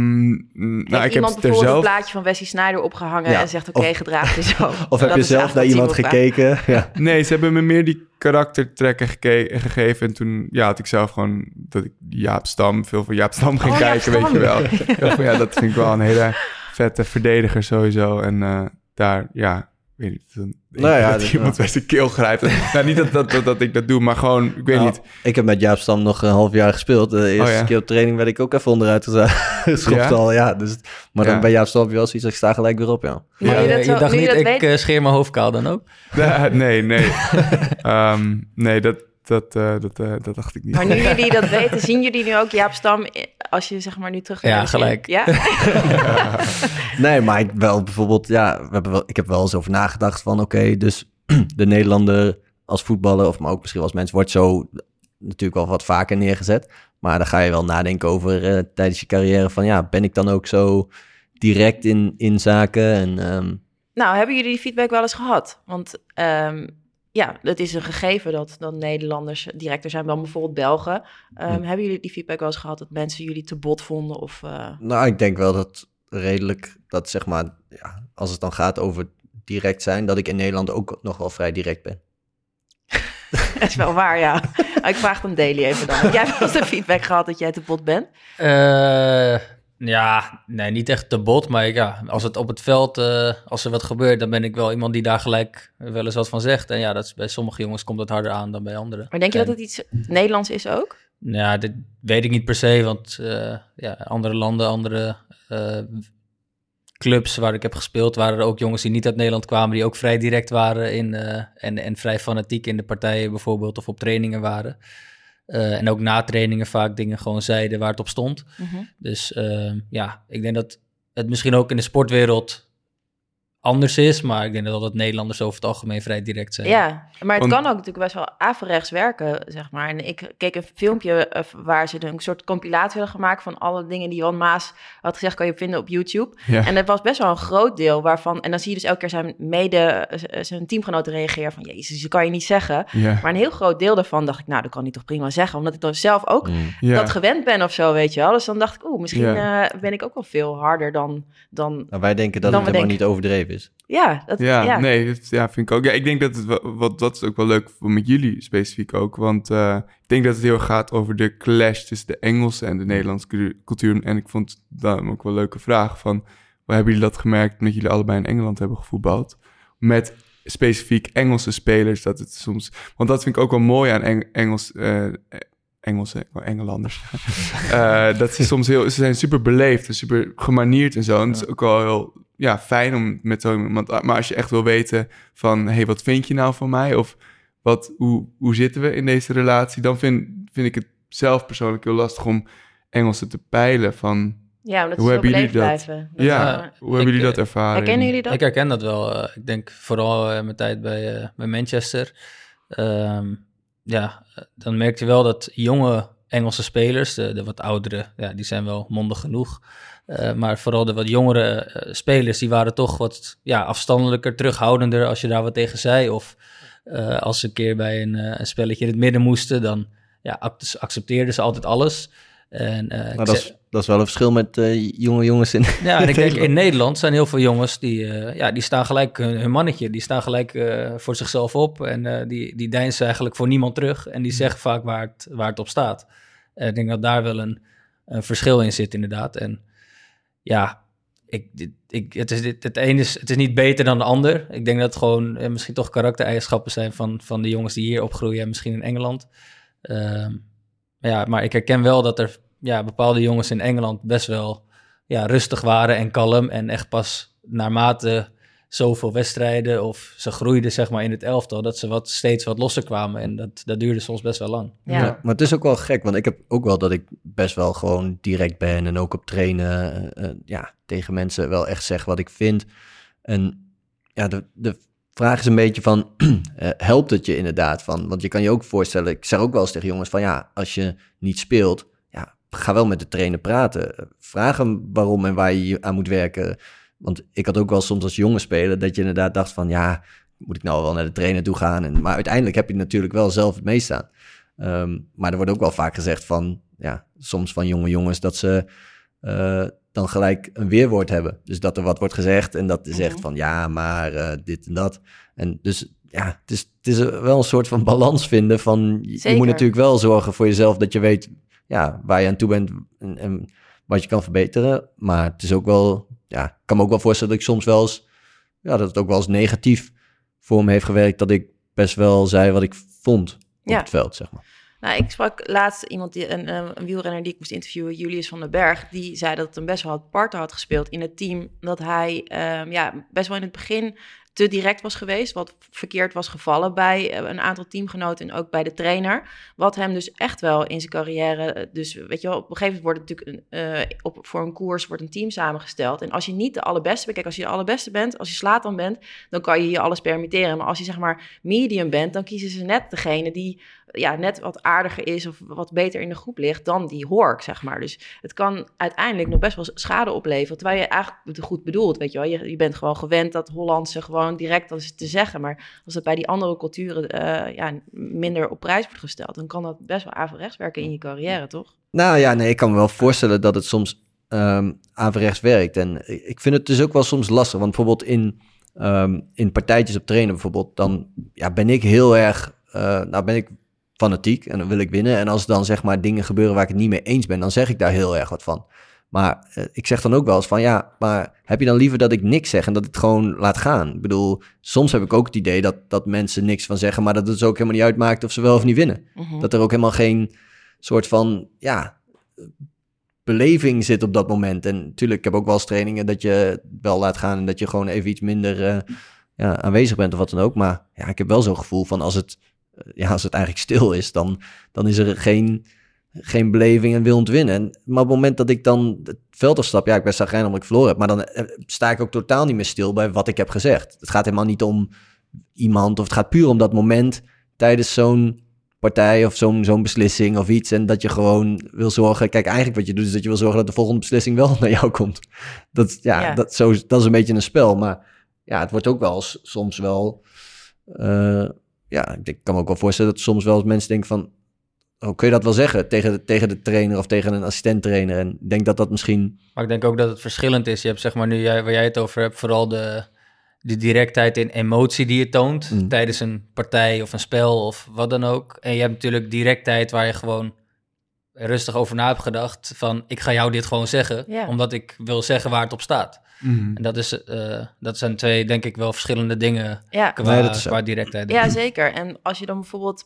heb bijvoorbeeld een plaatje van Wesley Sneijder opgehangen en zegt gedraag je zo. Of heb je zelf naar iemand gekeken? Ja. Nee, ze hebben me meer die karaktertrekken gegeven. En toen had ik zelf gewoon dat ik veel van Jaap Stam ging kijken, weet je wel. Dat vind ik wel een hele vette verdediger sowieso. En daar, weet niet, dat iemand bij zijn keel grijpt. Nou, niet dat ik dat doe, maar gewoon, ik weet niet. Ik heb met Jaap Stam nog een half jaar gespeeld. De eerste keer op training werd ik ook even onderuit geschopt al. Ja, dus, maar dan bij Jaap Stam heb je wel zoiets, ik sta gelijk weer op, ja. Je dacht niet, ik scheer mijn hoofd kaal dan ook? Nee. Nee, dat dacht ik niet. Maar nu jullie dat weten, zien jullie nu ook Jaap Stam als je zeg maar nu terug... Ja, gelijk. Ja? Nee, maar ik wel bijvoorbeeld, ik heb wel eens over nagedacht van oké, dus de Nederlander als voetballer, of maar ook misschien als mens, wordt zo natuurlijk wel wat vaker neergezet. Maar dan ga je wel nadenken over tijdens je carrière van ben ik dan ook zo direct in zaken? En, Nou, hebben jullie die feedback wel eens gehad? Want het is een gegeven dat Nederlanders directer zijn dan bijvoorbeeld Belgen. Hebben jullie die feedback wel eens gehad dat mensen jullie te bot vonden? Of, Nou, ik denk wel dat redelijk, dat zeg maar, als het dan gaat over direct zijn, dat ik in Nederland ook nog wel vrij direct ben. Dat is wel waar, ja. Ik vraag dan Daily even dan. Heb jij wel eens de feedback gehad dat jij te bot bent? Nee, niet echt te bot, maar als het op het veld, als er wat gebeurt, dan ben ik wel iemand die daar gelijk wel eens wat van zegt. En dat is, bij sommige jongens komt het harder aan dan bij anderen. Maar denk je dat het iets Nederlands is ook? Ja, dit weet ik niet per se, want andere landen, andere clubs waar ik heb gespeeld, waren er ook jongens die niet uit Nederland kwamen, die ook vrij direct waren en vrij fanatiek in de partijen bijvoorbeeld, of op trainingen waren. En ook na trainingen vaak dingen gewoon zeiden waar het op stond. Mm-hmm. Dus ik denk dat het misschien ook in de sportwereld anders is, maar ik denk dat het Nederlanders over het algemeen vrij direct zijn. Ja, maar het kan ook natuurlijk best wel averechts werken, zeg maar. En ik keek een filmpje waar ze een soort compilatie hadden gemaakt van alle dingen die Jan Maas had gezegd, kan je vinden op YouTube. Ja. En dat was best wel een groot deel waarvan, en dan zie je dus elke keer zijn teamgenoten reageren van, jezus, dat kan je niet zeggen. Ja. Maar een heel groot deel daarvan dacht ik, nou, dat kan hij toch prima zeggen, omdat ik dan zelf ook dat gewend ben of zo, weet je wel. Dus dan dacht ik, misschien ben ik ook wel veel harder dan nou, wij denken dat het helemaal niet overdreven is. Ja, nee, dat vind ik ook. Ja, ik denk dat het dat is ook wel leuk voor met jullie specifiek ook, want ik denk dat het heel gaat over de clash tussen de Engelse en de Nederlandse cultuur. En ik vond dat ook wel een leuke vraag van, hoe hebben jullie dat gemerkt omdat jullie allebei in Engeland hebben gevoetbald? Met specifiek Engelse spelers, dat het soms, want dat vind ik ook wel mooi aan Engelanders. Dat ze soms ze zijn super beleefd en super gemanierd en zo. En het is ook wel heel fijn om met zo iemand, maar als je echt wil weten van, hey, wat vind je nou van mij? Of hoe zitten we in deze relatie? Dan vind ik het zelf persoonlijk heel lastig om Engelsen te peilen van, hoe hebben jullie dat? Blijven. Hoe hebben jullie dat ervaren? Herkennen jullie dat? Ik herken dat wel. Ik denk vooral in mijn tijd bij Manchester. Dan merk je wel dat jonge Engelse spelers, de wat oudere, die zijn wel mondig genoeg. Maar vooral de wat jongere spelers, die waren toch wat afstandelijker, terughoudender als je daar wat tegen zei. Of als ze een keer bij een spelletje in het midden moesten, dan accepteerden ze altijd alles. En, dat is wel een verschil met jonge jongens in Ja, en ik denk in Nederland zijn heel veel jongens die staan gelijk hun mannetje. Die staan gelijk voor zichzelf op en die deinzen eigenlijk voor niemand terug. En die zeggen vaak waar het op staat. Ik denk dat daar wel een verschil in zit inderdaad. En het is niet beter dan de ander. Ik denk dat het gewoon misschien toch karaktereigenschappen zijn van de jongens die hier opgroeien en misschien in Engeland. Maar ik herken wel dat er bepaalde jongens in Engeland best wel rustig waren en kalm. En echt pas naarmate zoveel wedstrijden of ze groeiden zeg maar in het elftal, dat ze steeds wat losser kwamen. En dat duurde soms best wel lang. Ja, maar het is ook wel gek, want ik heb ook wel dat ik best wel gewoon direct ben en ook op trainen tegen mensen wel echt zeg wat ik vind. En de vraag is een beetje van, helpt het je inderdaad van? Want je kan je ook voorstellen, ik zeg ook wel eens tegen jongens van als je niet speelt, ga wel met de trainer praten. Vraag hem waarom en waar je aan moet werken. Want ik had ook wel soms als jonge speler dat je inderdaad dacht van, moet ik nou wel naar de trainer toe gaan? Maar uiteindelijk heb je natuurlijk wel zelf het meestaan. Maar er wordt ook wel vaak gezegd van, soms van jonge jongens dat ze dan gelijk een weerwoord hebben. Dus dat er wat wordt gezegd en dat is zegt van, maar dit en dat. En dus het is wel een soort van balans vinden van, je moet natuurlijk wel zorgen voor jezelf dat je weet waar je aan toe bent en wat je kan verbeteren. Maar het is ook wel ik kan me ook wel voorstellen dat ik soms wel eens... Ja, dat het ook wel eens negatief voor me heeft gewerkt... dat ik best wel zei wat ik vond op het veld, zeg maar. Nou, ik sprak laatst iemand, een wielrenner die ik moest interviewen, Julius van den Berg. Die zei dat het hem best wel wat parten had gespeeld in het team. Dat hij best wel in het begin te direct was geweest. Wat verkeerd was gevallen bij een aantal teamgenoten en ook bij de trainer. Wat hem dus echt wel in zijn carrière... Dus weet je wel, op een gegeven moment wordt het natuurlijk... voor een koers wordt een team samengesteld. En als je niet de allerbeste bent... Kijk, als je de allerbeste bent, als je Zlatan bent... dan kan je je alles permitteren. Maar als je zeg maar medium bent... dan kiezen ze net degene die... net wat aardiger is of wat beter in de groep ligt dan die Hork, zeg maar. Dus het kan uiteindelijk nog best wel schade opleveren, terwijl je eigenlijk het goed bedoelt, weet je wel. Je bent gewoon gewend dat Hollandse gewoon direct als te zeggen, maar als het bij die andere culturen minder op prijs wordt gesteld, dan kan dat best wel averechts werken in je carrière, toch? Nou ja, nee, ik kan me wel voorstellen dat het soms averechts werkt. En ik vind het dus ook wel soms lastig, want bijvoorbeeld in partijtjes op trainen bijvoorbeeld, dan ben ik heel erg, ben ik fanatiek en dan wil ik winnen. En als dan zeg maar dingen gebeuren waar ik het niet mee eens ben, dan zeg ik daar heel erg wat van. Maar ik zeg dan ook wel eens van maar heb je dan liever dat ik niks zeg en dat ik het gewoon laat gaan? Ik bedoel, soms heb ik ook het idee dat mensen niks van zeggen, maar dat het dus ook helemaal niet uitmaakt of ze wel of niet winnen. Mm-hmm. Dat er ook helemaal geen soort van, beleving zit op dat moment. En natuurlijk, ik heb ook wel eens trainingen dat je wel laat gaan en dat je gewoon even iets minder aanwezig bent of wat dan ook. Maar ik heb wel zo'n gevoel van als het eigenlijk stil is, dan is er geen beleving en wil winnen. Maar op het moment dat ik dan het veld afstap, ik ben chagrijnig omdat ik verloren heb, maar dan sta ik ook totaal niet meer stil bij wat ik heb gezegd. Het gaat helemaal niet om iemand, of het gaat puur om dat moment tijdens zo'n partij of zo'n beslissing of iets, en dat je gewoon wil zorgen, kijk, eigenlijk wat je doet is dat je wil zorgen dat de volgende beslissing wel naar jou komt. Dat is een beetje een spel, maar het wordt ook wel soms wel... ik kan me ook wel voorstellen dat soms wel mensen denken van... kun je dat wel zeggen tegen de trainer of tegen een assistent-trainer? En ik denk dat misschien... Maar ik denk ook dat het verschillend is. Je hebt zeg maar nu, waar jij het over hebt, vooral de directheid in emotie die je toont... tijdens een partij of een spel of wat dan ook. En je hebt natuurlijk directheid waar je gewoon rustig over na hebt gedacht... van ik ga jou dit gewoon zeggen, omdat ik wil zeggen waar het op staat. Mm-hmm. En dat zijn twee, denk ik, wel verschillende dingen qua directheid. Ja, zeker. En als je dan bijvoorbeeld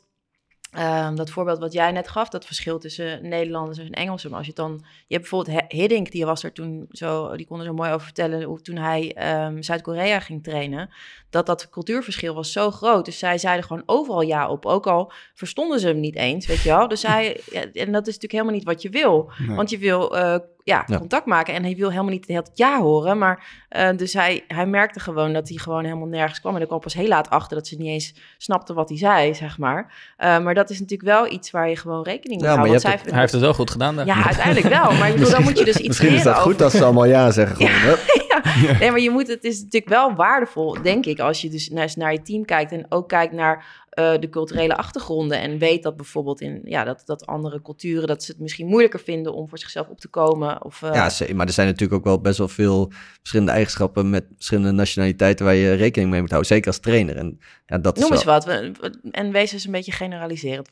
dat voorbeeld wat jij net gaf, dat verschil tussen Nederlanders en Engelsen. Maar als je dan, je hebt bijvoorbeeld Hiddink, die was er toen zo, die kon er zo mooi over vertellen hoe toen hij Zuid-Korea ging trainen, dat cultuurverschil was zo groot. Dus zij zeiden gewoon overal ja op, ook al verstonden ze hem niet eens, weet je wel. Dus en dat is natuurlijk helemaal niet wat je wil, want je wil contact maken en hij wil helemaal niet het ja horen, maar dus hij merkte gewoon dat hij gewoon helemaal nergens kwam en ik kwam pas heel laat achter dat ze niet eens snapte wat hij zei, zeg maar. Maar dat is natuurlijk wel iets waar je gewoon rekening mee houdt. Hij heeft het wel goed gedaan. Daar. Ja, uiteindelijk wel, maar ik bedoel, dan moet je dus iets misschien is dat goed als ze allemaal ja zeggen. Gewoon, Nee, maar het is natuurlijk wel waardevol, denk ik, als je dus naar je team kijkt en ook kijkt naar de culturele achtergronden en weet dat bijvoorbeeld dat andere culturen, dat ze het misschien moeilijker vinden om voor zichzelf op te komen. Of, Ja, maar er zijn natuurlijk ook wel best wel veel verschillende eigenschappen met verschillende nationaliteiten waar je rekening mee moet houden, zeker als trainer. En, dat noem is eens wat. En wees eens een beetje generaliserend.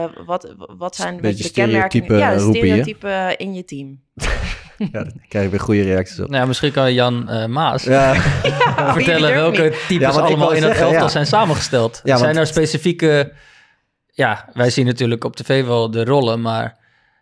Wat zijn de kenmerken, stereotypen in je team? Ja, daar krijg ik weer goede reacties op. Nou, misschien kan Jan Maas vertellen welke types allemaal in het elftal zijn samengesteld. Zijn er specifieke... Ja, wij zien natuurlijk op tv wel de rollen, maar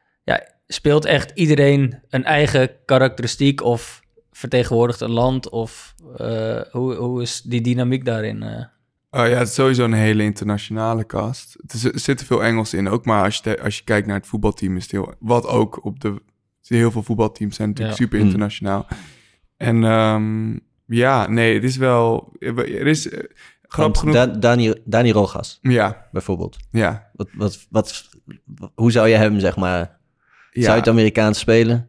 speelt echt iedereen een eigen karakteristiek of vertegenwoordigt een land? Of hoe is die dynamiek daarin? Het is sowieso een hele internationale cast. Er zitten veel Engels in, ook maar als je kijkt naar het voetbalteam is het heel... Wat ook op de... Heel veel voetbalteams zijn natuurlijk super internationaal. En het is wel... Er is grappig genoeg... Dani Rojas, bijvoorbeeld. Ja. Hoe zou je hem, zeg maar, Zuid-Amerikaans spelen?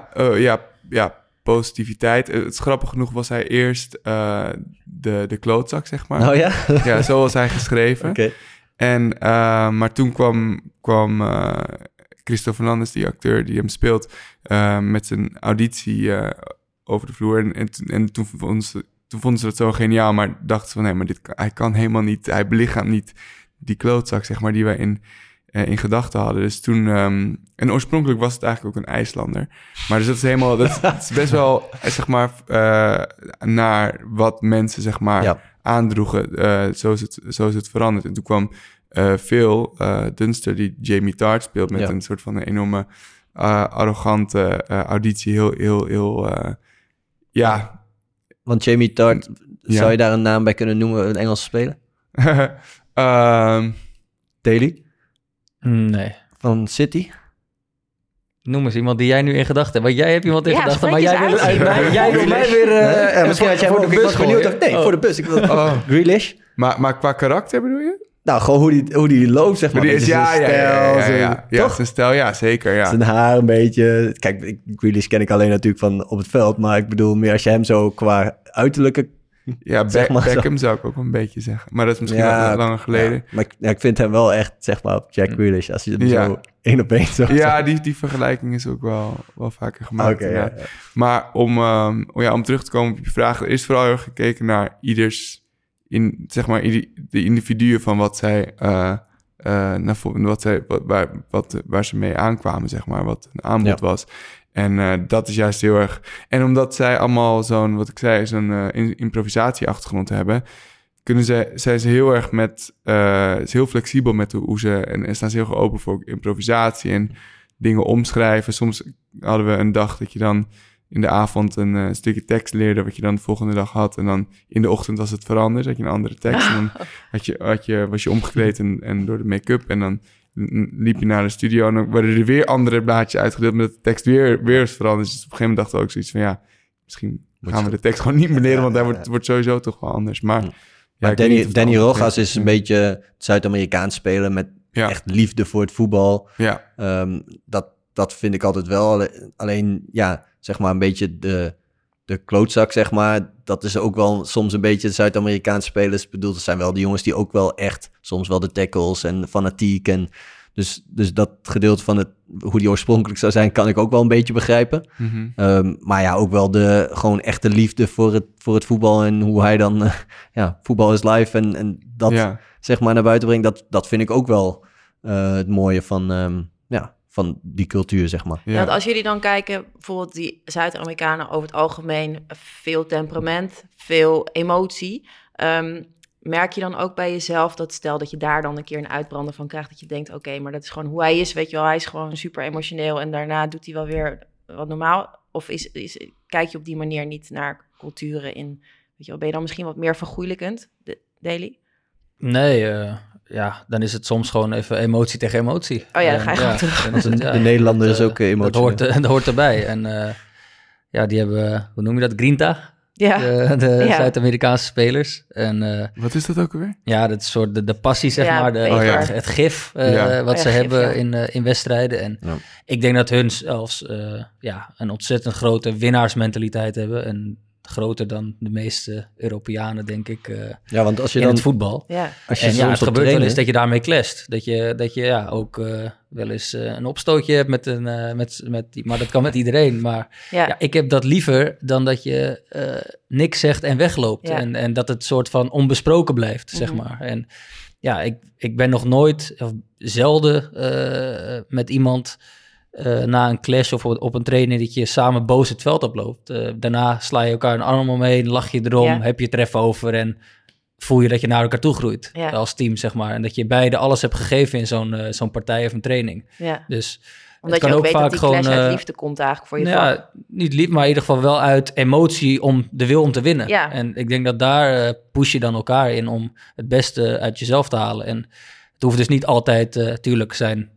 Ja, positiviteit. Het is grappig genoeg was hij eerst de klootzak, zeg maar. Oh ja? Ja, zo was hij geschreven. Okay. En, maar toen kwam Christophe Fernandes, die acteur die hem speelt, met zijn auditie over de vloer. En toen vonden ze dat zo geniaal, maar dachten ze van, nee, maar hij kan helemaal niet, hij belichaamt niet die klootzak, zeg maar, die wij in gedachten hadden. Dus toen... en oorspronkelijk was het eigenlijk ook een IJslander. Maar dus dat is helemaal... dat is best wel, zeg maar... naar wat mensen, zeg maar, aandroegen. Zo is het veranderd. En toen kwam Phil Dunster, die Jamie Tart speelt... met een soort van een enorme arrogante auditie. Heel Want Jamie Tart, zou je daar een naam bij kunnen noemen? Een Engelse speler? Daly? Nee. Van City? Noem eens iemand die jij nu in gedachten hebt. Want jij hebt iemand in gedachten, maar jij wil uit. Jij wil mij weer... misschien had jij voor de bus benieuwd. Nee, voor de bus. Ik wil Grealish. Maar qua karakter bedoel je? Nou, gewoon hoe die loopt, zeg maar. Die is, ja. Toch? Zijn stijl, ja, zeker, ja. Zijn haar een beetje... Kijk, Grealish ken ik alleen natuurlijk van op het veld. Maar ik bedoel meer als je hem zo qua uiterlijke... Ja, zeg maar Beckham zou ik ook een beetje zeggen. Maar dat is misschien al langer geleden. Ja. Maar ik vind hem wel echt, zeg maar, Jack Grealish. Als je hem zo 1 op 1 zo... Ja, die vergelijking is ook wel vaker gemaakt. Okay, ja. Maar om terug te komen op je vraag... er is vooral heel erg gekeken naar ieders... zeg maar, de individuen van wat zij... waar ze mee aankwamen, zeg maar. Wat een aanbod was. En dat is juist heel erg... En omdat zij allemaal zo'n improvisatieachtergrond hebben... zijn ze heel erg is heel flexibel met hoe ze... En staan ze heel erg open voor improvisatie en dingen omschrijven. Soms hadden we een dag dat je dan in de avond een stukje tekst leerde... wat je dan de volgende dag had. En dan in de ochtend was het veranderd. Had je een andere tekst. En dan was je omgekleed en door de make-up. En dan liep je naar de studio en dan werden er weer andere blaadjes uitgedeeld... met de tekst weer is veranderd. Dus op een gegeven moment dachten we ook zoiets van... misschien gaan we de tekst gewoon niet meer leren... want hij wordt sowieso toch wel anders. Maar Danny Rojas is een beetje Zuid-Amerikaans spelen... met echt liefde voor het voetbal. Ja. Dat vind ik altijd wel. Alleen, zeg maar een beetje de klootzak, zeg maar... dat is ook wel soms een beetje Zuid-Amerikaanse spelers. Ik bedoel, dat zijn wel die jongens die ook wel echt... soms wel de tackles en fanatiek. En dus dat gedeelte van hoe die oorspronkelijk zou zijn... kan ik ook wel een beetje begrijpen. Mm-hmm. Maar ook wel de gewoon echte liefde voor het voetbal... en hoe hij dan... voetbal is live en dat zeg maar naar buiten brengt... dat vind ik ook wel het mooie van die cultuur, zeg maar. Ja, want als jullie dan kijken, bijvoorbeeld die Zuid-Amerikanen over het algemeen... veel temperament, veel emotie... merk je dan ook bij jezelf dat stel dat je daar dan een keer een uitbrander van krijgt... dat je denkt, oké, maar dat is gewoon hoe hij is, weet je wel. Hij is gewoon super emotioneel en daarna doet hij wel weer wat normaal. Of kijk je op die manier niet naar culturen in... weet je wel, ben je dan misschien wat meer vergoeilijkend, Daly? Nee, dan is het soms gewoon even emotie tegen emotie. Oh ja, dan ga je gewoon terug. De Nederlander is ook emotioneel. Dat hoort erbij. En die hebben, hoe noem je dat, Grinta? Ja. De Zuid-Amerikaanse spelers. En, wat is dat ook alweer? Ja, dat is soort de passie, zeg maar. Het gif wat ze hebben in wedstrijden. En ik denk dat hun zelfs een ontzettend grote winnaarsmentaliteit hebben. En groter dan de meeste Europeanen, denk ik, want als je in dan, het voetbal. Ja. Als je het gebeurt wel eens dat je daarmee clasht. Dat je ook wel eens een opstootje hebt met maar dat kan met iedereen. Maar ik heb dat liever dan dat je niks zegt en wegloopt. Ja. En dat het soort van onbesproken blijft, zeg maar. En ik ben nog nooit, of zelden met iemand... na een clash of op een training dat je samen boos het veld oploopt. Daarna sla je elkaar een arm omheen, lach je erom, heb je het er even over en voel je dat je naar elkaar toe groeit als team, zeg maar. En dat je beide alles hebt gegeven in zo'n partij of een training. Ja. Dus omdat je ook weet dat die clash uit liefde komt eigenlijk voor je vak. Ja, niet liefde, maar in ieder geval wel uit emotie om de wil om te winnen. Ja. En ik denk dat daar push je dan elkaar in om het beste uit jezelf te halen. En het hoeft dus niet altijd, tuurlijk zijn...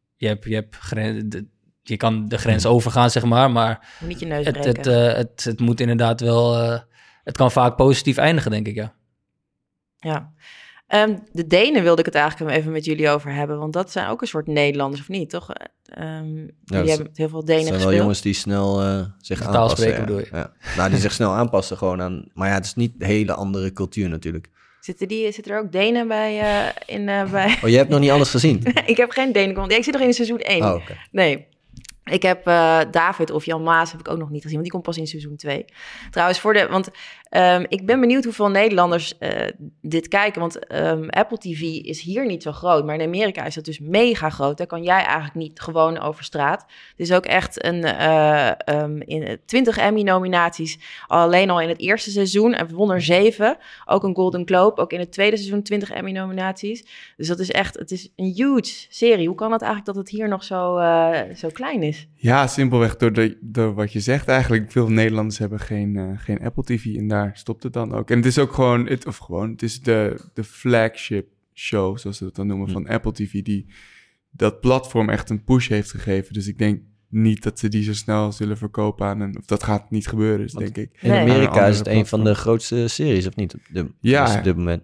Je kan de grens overgaan, zeg maar niet je neus het moet inderdaad wel... het kan vaak positief eindigen, denk ik, Ja. De Denen wilde ik het eigenlijk even met jullie over hebben... want dat zijn ook een soort Nederlanders, of niet, toch? Jullie hebben heel veel Denen gespeeld. Het zijn wel jongens die snel zich aanpassen. Taalspreken bedoel je? Ja. Nou, die zich snel aanpassen gewoon aan... Maar het is niet een hele andere cultuur natuurlijk. Zitten er ook Denen bij? Oh, je hebt nog niet alles gezien? Ik heb geen Denen. Ik zit nog in seizoen 1. Oh, okay. Nee. Ik heb David of Jan Maas heb ik ook nog niet gezien, want die komt pas in seizoen 2. Trouwens, ik ben benieuwd hoeveel Nederlanders dit kijken, want Apple TV is hier niet zo groot, maar in Amerika is dat dus mega groot. Daar kan jij eigenlijk niet gewoon over straat. Het is ook echt in 20 Emmy-nominaties, alleen al in het eerste seizoen, en won er 7. Ook een Golden globe, ook in het tweede seizoen 20 Emmy-nominaties. Dus dat is echt, het is een huge serie. Hoe kan het eigenlijk dat het hier nog zo klein is? Ja, simpelweg door wat je zegt eigenlijk. Veel Nederlanders hebben geen Apple TV en daar stopt het dan ook. En het is ook het is de flagship show, zoals ze dat dan noemen, van Apple TV, die dat platform echt een push heeft gegeven. Dus ik denk niet dat ze die zo snel zullen verkopen aan of dat gaat niet gebeuren, dus denk ik. In Amerika is het een van de grootste series, of niet? Op dit moment.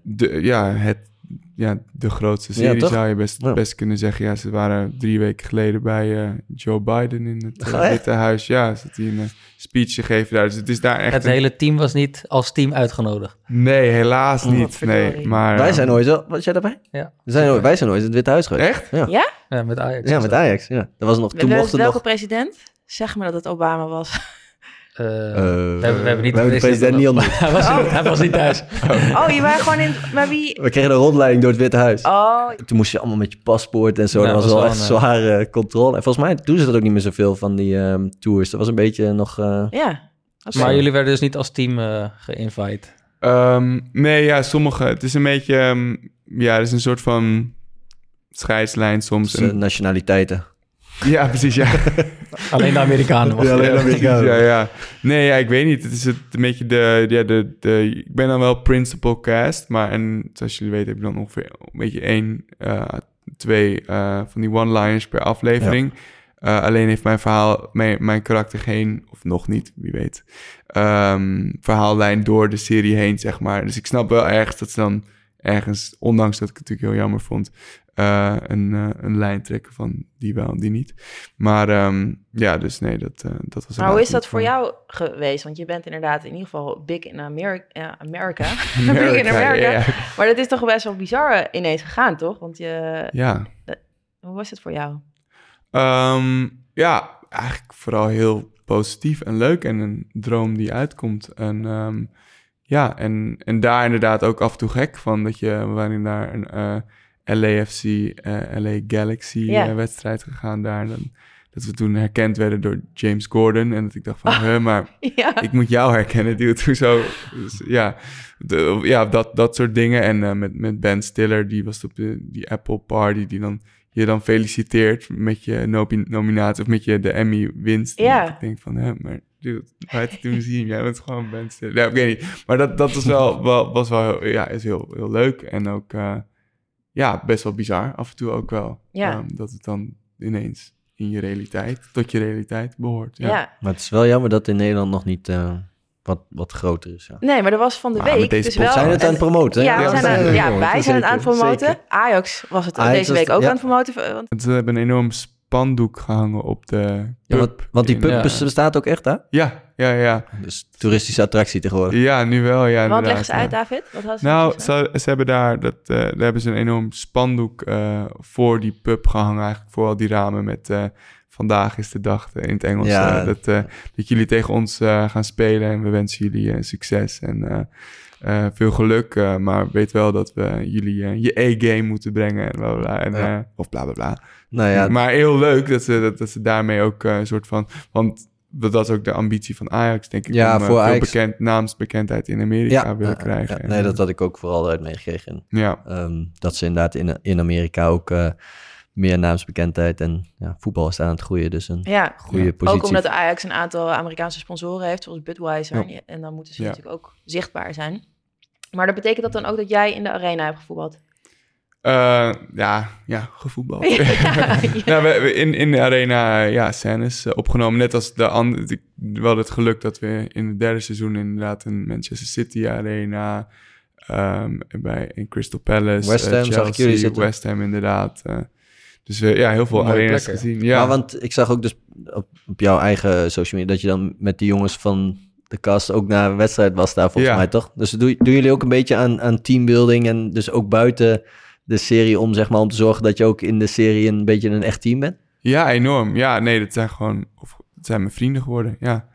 De grootste serie zou je best kunnen zeggen. Ja, ze waren 3 weken geleden bij Joe Biden in het Witte Huis. Ja, zat hij een speech gegeven daar. Dus het is daar echt... Het hele team was niet als team uitgenodigd. Nee, helaas niet. Nee, maar... Wij zijn ooit... Was jij daarbij? Ja. Wij zijn ooit in het Witte Huis geweest. Echt? Ja? Ja, met Ajax. Ja, met Ajax. Ja. Dat was nog... Welke president? Zeg maar dat het Obama was. We hebben de president niet ontmoet. Hij was niet thuis. Oh, je waren gewoon in... Maar wie... We kregen een rondleiding door het Witte Huis. Oh. Toen moest je allemaal met je paspoort en zo. Ja, dat was wel echt zware controle. En volgens mij doen ze dat ook niet meer zoveel van die tours. Dat was een beetje nog... Ja. Maar jullie werden dus niet als team geïnvite? Nee, ja, sommige... Het is een beetje... er is een soort van scheidslijn soms. Nationaliteiten. Ja, precies, ja. Alleen de Amerikanen. Ja. Nee, ja, ik weet niet. Het is een beetje ik ben dan wel principal cast, maar en zoals jullie weten heb ik dan ongeveer een beetje 1, 2 van die one-liners per aflevering. Ja. Alleen heeft mijn verhaal, mijn karakter geen, of nog niet, wie weet, verhaallijn door de serie heen, zeg maar. Dus ik snap wel ergens dat ze dan ergens, ondanks dat ik het natuurlijk heel jammer vond, een lijn trekken van die wel en die niet. Maar dus nee, dat was... Maar hoe is dat voor jou geweest? Want je bent inderdaad in ieder geval big in Amerika. Big in America. Yeah. Maar dat is toch best wel bizar ineens gegaan, toch? Want hoe was het voor jou? Eigenlijk vooral heel positief en leuk en een droom die uitkomt. En en daar inderdaad ook af en toe gek van dat we waren naar een LAFC, LA Galaxy wedstrijd gegaan daar. En dat we toen herkend werden door James Gordon. En dat ik dacht van, maar ik moet jou herkennen, dude. Hoezo? Dus, dat soort dingen. En met Ben Stiller, die was op die Apple Party, die dan je dan feliciteert met je nominatie of met je de Emmy winst. Ja. En ik denk van, maar dude, waar het toen zien? Jij bent gewoon Ben Stiller. Ja, ik weet niet. Maar dat was wel is heel, heel leuk. En ook... best wel bizar. Af en toe ook wel. Ja. Dat het dan ineens tot je realiteit behoort. Ja. Maar het is wel jammer dat in Nederland nog niet wat groter is. Ja. Nee, maar er was van de week dus wel... Zijn het aan het promoten? Ja, wij zijn het aan het promoten. Zeker. Ajax was het deze week ook aan het promoten. Ze hebben een enorm spandoek gehangen op de pub. Want die pub bestaat ook echt, hè? Ja. Dus toeristische attractie tegenwoordig. Ja, nu wel, ja. Wat leggen ze uit, David? Ze hebben daar hebben ze een enorm spandoek voor die pub gehangen. Eigenlijk voor al die ramen met... vandaag is de dag in het Engels. Dat jullie tegen ons gaan spelen. En we wensen jullie succes en veel geluk. Maar weet wel dat we jullie je A-game moeten brengen. En bla bla. En, of bla bla bla. Nou ja, maar heel leuk dat ze daarmee ook een soort van... Want dat is ook de ambitie van Ajax, denk ik. Ja, om voor Ajax... naamsbekendheid in Amerika willen krijgen. Ja, nee, dat had ik ook vooral uit meegekregen. Ja. Dat ze inderdaad in Amerika ook... meer naamsbekendheid en voetbal is daar aan het groeien, dus een goede positie. Ook omdat de Ajax een aantal Amerikaanse sponsoren heeft, zoals Budweiser. Ja. En dan moeten ze natuurlijk ook zichtbaar zijn. Maar dat betekent dat dan ook dat jij in de arena hebt gevoetbald? Gevoetbald. We in de arena scènes opgenomen. Net als de andere. We hadden het geluk dat we in het derde seizoen inderdaad een Manchester City arena... in Crystal Palace, West Ham, Chelsea, zag ik jullie zitten. West Ham inderdaad... Dus heel veel arenas gezien. Ja. Maar want ik zag ook dus op jouw eigen social media... dat je dan met die jongens van de cast ook naar een wedstrijd was daar volgens mij, toch? Dus doen jullie ook een beetje aan teambuilding... en dus ook buiten de serie om te zorgen... dat je ook in de serie een beetje een echt team bent? Ja, enorm. Ja, nee, dat zijn mijn vrienden geworden. Ja,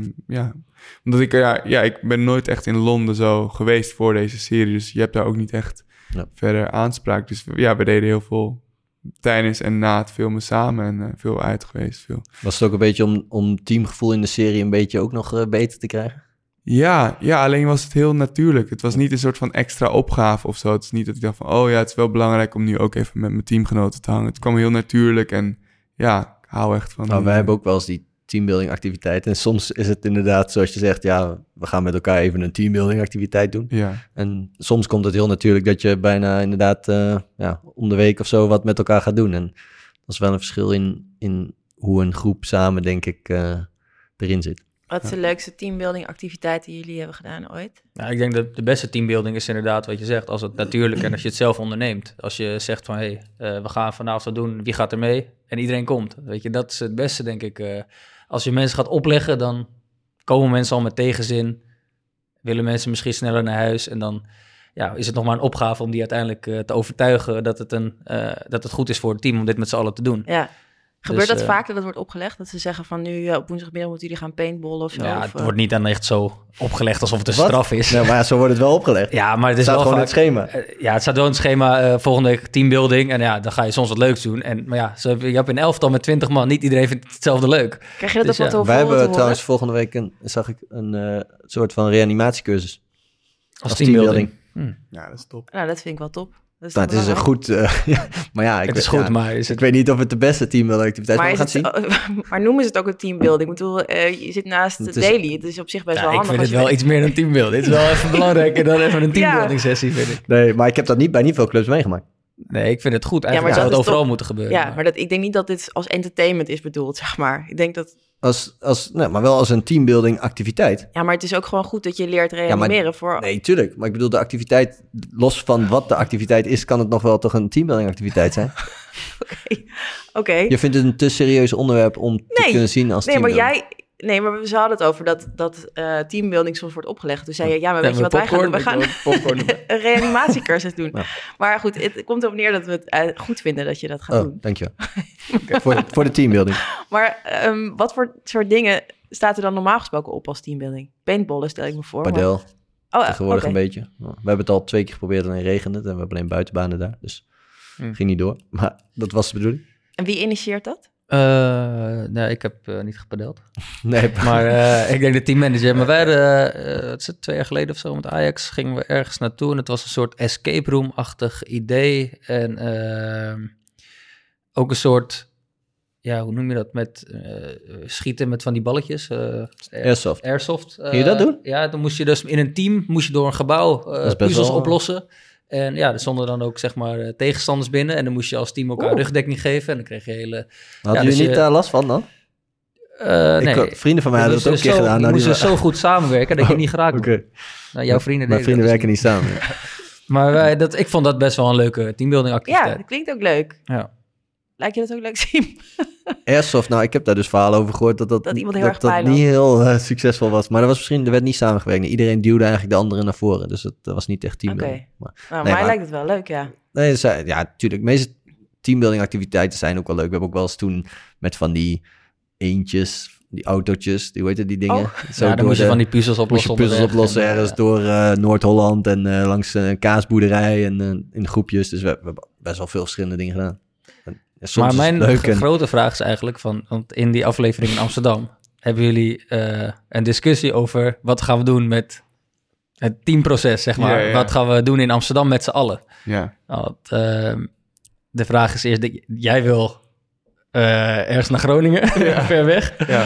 omdat ik ben nooit echt in Londen zo geweest voor deze serie. Dus je hebt daar ook niet echt verder aanspraak. Dus ja, we deden heel veel tijdens en na het filmen samen en veel uit geweest. Veel. Was het ook een beetje om teamgevoel in de serie een beetje ook nog beter te krijgen? Ja, alleen was het heel natuurlijk. Het was niet een soort van extra opgave of zo. Het is niet dat ik dacht van, het is wel belangrijk om nu ook even met mijn teamgenoten te hangen. Het kwam heel natuurlijk en ja, ik hou echt van... Nou, wij hebben ook wel eens die teambuilding activiteiten. En soms is het inderdaad, zoals je zegt, we gaan met elkaar even een teambuilding activiteit doen. Ja. En soms komt het heel natuurlijk dat je bijna inderdaad om de week of zo wat met elkaar gaat doen. En dat is wel een verschil in hoe een groep samen, denk ik, erin zit. Wat is de leukste teambuilding activiteit die jullie hebben gedaan ooit? Nou, ik denk dat de beste teambuilding is inderdaad wat je zegt. Als het natuurlijk en als je het zelf onderneemt. Als je zegt van, we gaan vanavond wat doen. Wie gaat er mee? En iedereen komt. Weet je, dat is het beste, denk ik. Als je mensen gaat opleggen, dan komen mensen al met tegenzin. Willen mensen misschien sneller naar huis. En dan is het nog maar een opgave om die uiteindelijk te overtuigen dat het goed is voor het team om dit met z'n allen te doen. Ja. Gebeurt dat vaak dat het wordt opgelegd? Dat ze zeggen van nu op woensdagmiddag moeten jullie gaan paintballen of zo? Ja, het wordt niet dan echt zo opgelegd alsof het een straf is. Nou, maar zo wordt het wel opgelegd. Ja, maar het is staat wel gewoon vaak, in het schema. Ja, het staat wel in het schema volgende week teambuilding. En dan ga je soms wat leuks doen. Maar je hebt een elftal met 20 man. Niet iedereen vindt hetzelfde leuk. Krijg je dat ook wat Wij hebben trouwens volgende week een soort van reanimatiecursus. Als teambuilding. Ja, dat is top. Nou, dat vind ik wel top. Het is een goed... maar ja, het is goed, maar... Ik weet niet of het de beste teambuilding-activiteit is, maar we gaan zien. Maar noemen ze het ook een teambuilding? Ik bedoel, je zit naast Daily. Het is op zich best wel handig. Ik vind het wel iets meer dan teambuilding. Het is wel even belangrijker dan even een teambuilding-sessie, vind ik. Nee, maar ik heb dat niet bij niet veel clubs meegemaakt. Nee, ik vind het goed. Eigenlijk zou het overal moeten gebeuren. Ja, maar ik denk niet dat dit als entertainment is bedoeld, zeg maar. Ik denk dat... maar wel als een teambuilding activiteit. Ja, maar het is ook gewoon goed dat je leert reanimeren voor... Nee, tuurlijk. Maar ik bedoel, de activiteit, los van wat de activiteit is, kan het nog wel toch een teambuilding activiteit zijn? Oké. Je vindt het een te serieus onderwerp om te kunnen zien als teambuilding. Nee, maar we hadden het over dat teambuilding soms wordt opgelegd. Dus zei je, maar weet je wat wij gaan doen? We gaan een reanimatiecursus doen. Ja. Maar goed, het komt erop neer dat we het goed vinden dat je dat gaat doen. Dankjewel. voor de teambuilding. Maar wat voor soort dingen staat er dan normaal gesproken op als teambuilding? Paintballen stel ik me voor. Padel. Tegenwoordig een beetje. We hebben het al 2 keer geprobeerd en dan regende het. En we hebben alleen buitenbanen daar. Dus ging niet door. Maar dat was de bedoeling. En wie initieert dat? Nee, ik heb niet gepadeld. Nee, maar ik denk de teammanager. Maar wij hadden, het is 2 jaar geleden of zo, met Ajax gingen we ergens naartoe. En het was een soort escape room-achtig idee. En ook een soort, hoe noem je dat? Met schieten met van die balletjes. Airsoft. Ging je dat doen? Ja, dan moest je dus in een team, door een gebouw puzzels oplossen. En er stonden dan ook, zeg maar, tegenstanders binnen. En dan moest je als team elkaar rugdekking geven. En dan kreeg je hele... Hadden jullie niet last van dan? Nee. Vrienden van mij hadden het ook een keer gedaan. Die moesten zo goed samenwerken dat je niet geraakt wordt. Okay. Nou, jouw vrienden Mijn vrienden werken niet samen. Maar ik vond dat best wel een leuke teambuilding activiteit. Ja, dat klinkt ook leuk. Ja. Lijkt je dat ook leuk, Siem? Airsoft, ik heb daar dus verhalen over gehoord dat iemand heel erg pijn niet heel succesvol was. Maar er werd niet samengewerkt. Iedereen duwde eigenlijk de anderen naar voren. Dus dat was niet echt teambuilding. Okay. Maar mij lijkt het wel leuk, ja. Nee, natuurlijk. De meeste teambuilding activiteiten zijn ook wel leuk. We hebben ook wel eens toen met van die eentjes, die autootjes, hoe heet het, die dingen? Dan moest je van die puzzels oplossen. Ergens door Noord-Holland en langs een kaasboerderij en in groepjes. Dus we hebben best wel veel verschillende dingen gedaan. Maar mijn grote vraag is eigenlijk want in die aflevering in Amsterdam hebben jullie een discussie over wat gaan we doen met het teamproces, zeg maar. Ja. Wat gaan we doen in Amsterdam met z'n allen? Ja. De vraag is eerst, jij wil ergens naar Groningen, ver weg. Ja.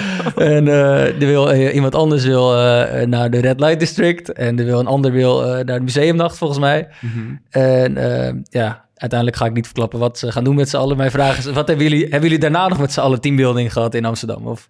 En iemand anders wil naar de Red Light District en een ander wil naar de museumnacht, volgens mij. Mm-hmm. En uiteindelijk ga ik niet verklappen wat ze gaan doen met z'n allen. Mijn vraag is, hebben jullie daarna nog met z'n allen teambuilding gehad in Amsterdam? Of?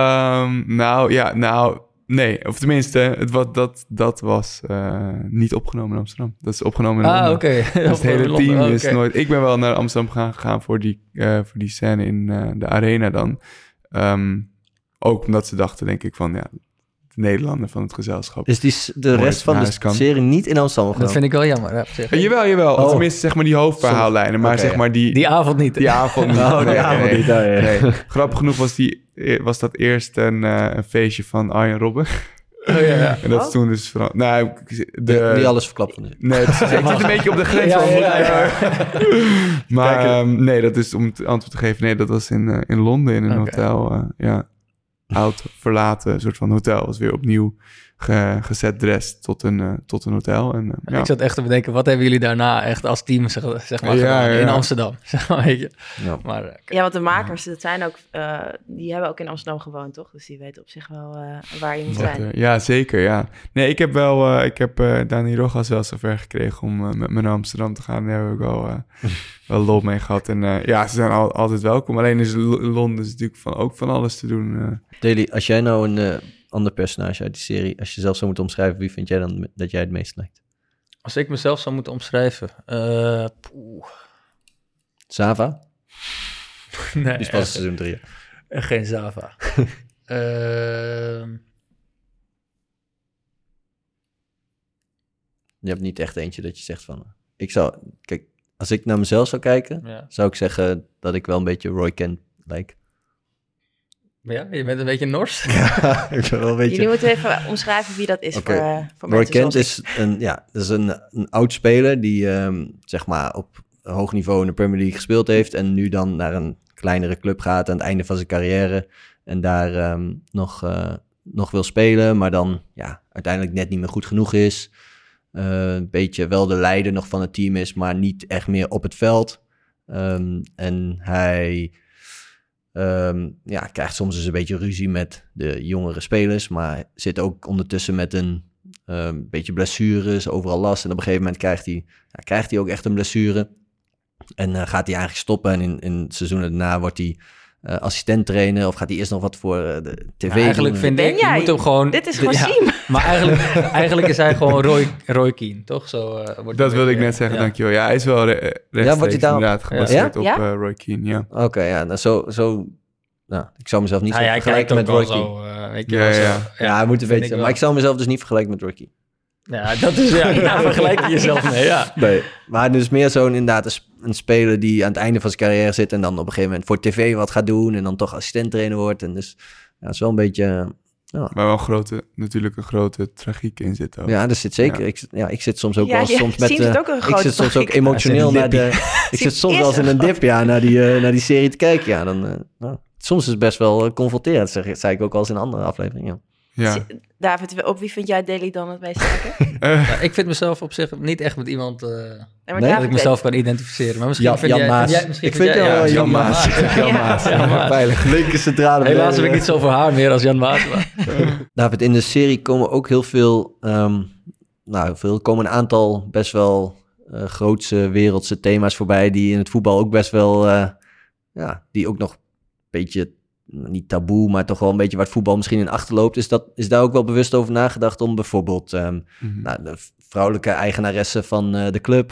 Nee. Of tenminste, dat was niet opgenomen in Amsterdam. Dat is opgenomen in Londen. Oké. Dus het hele team is nooit... Ik ben wel naar Amsterdam gegaan voor die scène in de arena dan. Ook omdat ze dachten, denk ik, van Nederlander van het gezelschap. Is de rest van de serie niet in Amsterdam Dat vind ik wel jammer. Ja, jawel. Oh. Tenminste, zeg maar die hoofdverhaallijnen. Maar zeg maar die avond niet. Die avond niet. Nee. Grappig genoeg was dat eerst een feestje van Arjen Robben. Oh, ja. En dat is toen dus... Niet alles verklapt van nu. Nee, het zit een beetje op de grens. Maar nee, dat is om het antwoord te geven. Nee, dat was in Londen in een hotel. Oud, verlaten soort van hotel. Was weer opnieuw gezet dress tot een hotel. En, Ik zat echt te bedenken, wat hebben jullie daarna echt als team zeg maar gedaan in Amsterdam? Zeg maar, weet je. Ja. Maar, want de makers, dat zijn ook, die hebben ook in Amsterdam gewoond, toch? Dus die weten op zich wel waar je moet zijn. Ja, zeker, ja. Nee, ik heb Dani Rojas wel zover gekregen om met me naar Amsterdam te gaan. Daar heb ik wel lol mee gehad. En ze zijn altijd welkom. Alleen is Londen is natuurlijk ook van alles te doen. Daly, als jij nou een ander personage uit die serie, als je zelf zou moeten omschrijven, wie vind jij dan dat jij het meest lijkt? Als ik mezelf zou moeten omschrijven? Zava? Nee. Die is pas seizoen 3. Echt geen Zava. Je hebt niet echt eentje dat je zegt van... Kijk, als ik naar mezelf zou kijken, zou ik zeggen dat ik wel een beetje Roy Kent lijk. Ja, je bent een beetje Nors. Ja, ik ben wel een beetje... Jullie moeten even omschrijven wie dat is voor Roy Kent is een oud speler die zeg maar op hoog niveau in de Premier League gespeeld heeft en nu dan naar een kleinere club gaat aan het einde van zijn carrière en daar nog wil spelen, maar dan uiteindelijk net niet meer goed genoeg is. Een beetje wel de leider nog van het team is, maar niet echt meer op het veld. En hij... krijgt soms eens een beetje ruzie met de jongere spelers, maar zit ook ondertussen met een beetje blessures, overal last. En op een gegeven moment krijgt hij ook echt een blessure. En gaat hij eigenlijk stoppen en in seizoenen daarna wordt hij assistent trainen of gaat hij eerst nog wat voor de tv doen. Eigenlijk vind ik, je moet hem gewoon... Dit is gewoon Siem. Maar eigenlijk is hij gewoon Roy Keane, toch? Zo, dat wilde ik net zeggen, dankjewel. Ja, hij is wel rechtstreeks inderdaad gebaseerd op Roy Keane, ja. Oké, nou zo... Nou, ik zou mezelf niet zo vergelijken met Roy Keane. Hij moet een beetje... Maar ik zou mezelf dus niet vergelijken met Roy Keane. Ja, dat is... Ja, vergelijk je jezelf mee, ja. Nee, maar dus meer zo'n inderdaad een speler die aan het einde van zijn carrière zit en dan op een gegeven moment voor tv wat gaat doen en dan toch assistent trainer wordt. En dus het is wel een beetje... Ja. Maar wel natuurlijk een grote tragiek in zit ook. Ja, er zit zeker. Ja. Ik zit soms ook wel soms met... ik zit soms ook emotioneel naar de... Ik zit soms wel eens in een dip, naar die serie te kijken. Ja, dan... soms is het best wel confronterend, zei ik ook al eens in een andere aflevering. Ja. David, op wie vind jij Daly dan het meest lijken? Ik vind mezelf op zich niet echt met iemand dat ik mezelf kan identificeren. Maar misschien vind Jan Maas. Ik vind jou wel Jan Maas. Jan Maas. Veilig. Linkerste draden. Helaas heb ik niet zoveel haar meer als Jan Maas. David, in de serie komen ook heel veel... komen een aantal best wel grootse wereldse thema's voorbij... die in het voetbal ook best wel... die ook nog een beetje... niet taboe, maar toch wel een beetje waar het voetbal misschien in achterloopt. Is daar ook wel bewust over nagedacht om bijvoorbeeld de vrouwelijke eigenaresse van de club,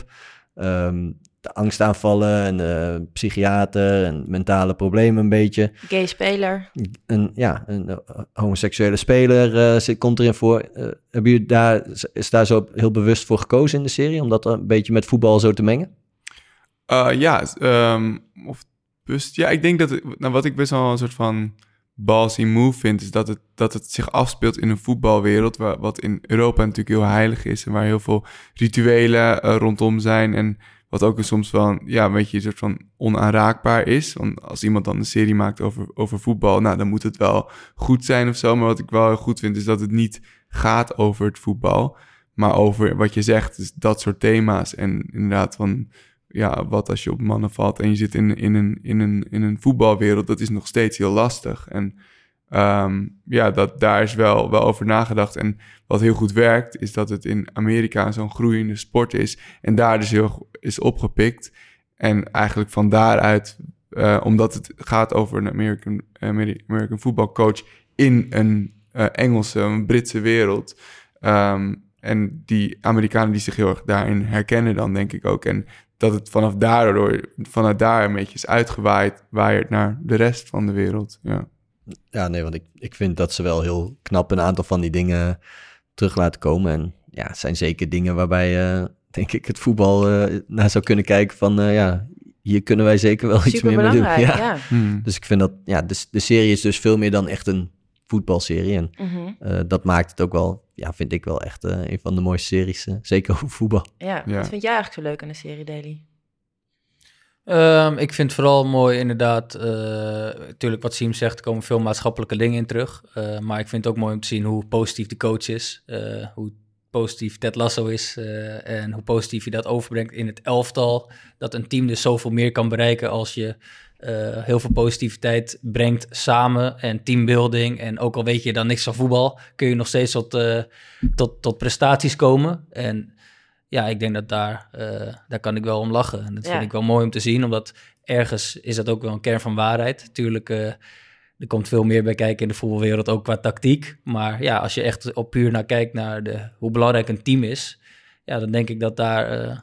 de angstaanvallen en de psychiater en mentale problemen een beetje. Gay speler. Een homoseksuele speler komt erin voor. Hebben jullie daar zo heel bewust voor gekozen in de serie, om dat een beetje met voetbal zo te mengen? Ik denk dat wat ik best wel een soort van ballsy move vind, is dat het zich afspeelt in een voetbalwereld, wat in Europa natuurlijk heel heilig is en waar heel veel rituelen rondom zijn en wat ook soms wel een beetje een soort van onaanraakbaar is. Want als iemand dan een serie maakt over voetbal, dan moet het wel goed zijn of zo. Maar wat ik wel heel goed vind, is dat het niet gaat over het voetbal, maar over wat je zegt, dus dat soort thema's en inderdaad van... Ja, wat als je op mannen valt en je zit in een voetbalwereld, dat is nog steeds heel lastig. En daar is wel over nagedacht. En wat heel goed werkt, is dat het in Amerika zo'n groeiende sport is. En daar dus heel is opgepikt. En eigenlijk van daaruit, omdat het gaat over een American voetbalcoach in een Engelse, een Britse wereld. En die Amerikanen die zich heel erg daarin herkennen dan, denk ik ook. En dat het vanuit daar een beetje is uitgewaaid naar de rest van de wereld. Ja. Ja, nee, want ik vind dat ze wel heel knap een aantal van die dingen terug laten komen. En ja, het zijn zeker dingen waarbij, denk ik, het voetbal naar zou kunnen kijken van... hier kunnen wij zeker wel iets meer mee doen. Ja. Dus ik vind dat, de serie is dus veel meer dan echt een voetbalserie. En dat maakt het ook wel, vind ik wel echt een van de mooiste series. Zeker over voetbal. Ja, wat vind jij eigenlijk zo leuk aan de serie, Daily? Ik vind het vooral mooi inderdaad, natuurlijk wat Siem zegt, er komen veel maatschappelijke dingen in terug. Maar ik vind het ook mooi om te zien hoe positief de coach is, hoe positief Ted Lasso is en hoe positief je dat overbrengt in het elftal. Dat een team dus zoveel meer kan bereiken als je heel veel positiviteit brengt samen en teambuilding. En ook al weet je dan niks van voetbal, kun je nog steeds tot prestaties komen. En ja, ik denk dat daar kan ik wel om lachen. En dat vind ik wel mooi om te zien, omdat ergens is dat ook wel een kern van waarheid. Tuurlijk, er komt veel meer bij kijken in de voetbalwereld, ook qua tactiek. Maar ja, als je echt puur naar kijkt naar hoe belangrijk een team is, dan denk ik dat daar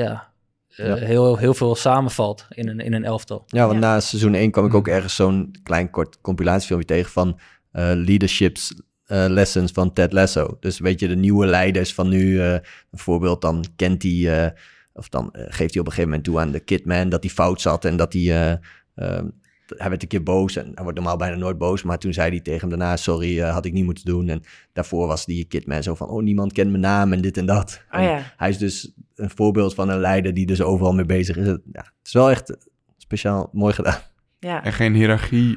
heel veel samenvalt in een elftal. Ja, want na seizoen 1 kwam ik ook ergens zo'n klein kort compilatiefilmpje tegen van leaderships lessons van Ted Lasso. Dus weet je, de nieuwe leiders van nu, bijvoorbeeld dan kent hij, of dan geeft hij op een gegeven moment toe aan de Kidman dat hij fout zat en dat hij werd een keer boos en hij wordt normaal bijna nooit boos, maar toen zei hij tegen hem daarna, sorry, had ik niet moeten doen. En daarvoor was die Kidman zo van, niemand kent mijn naam en dit en dat. Hij is dus een voorbeeld van een leider die dus overal mee bezig is. Ja, het is wel echt speciaal mooi gedaan. Ja. En geen hiërarchie,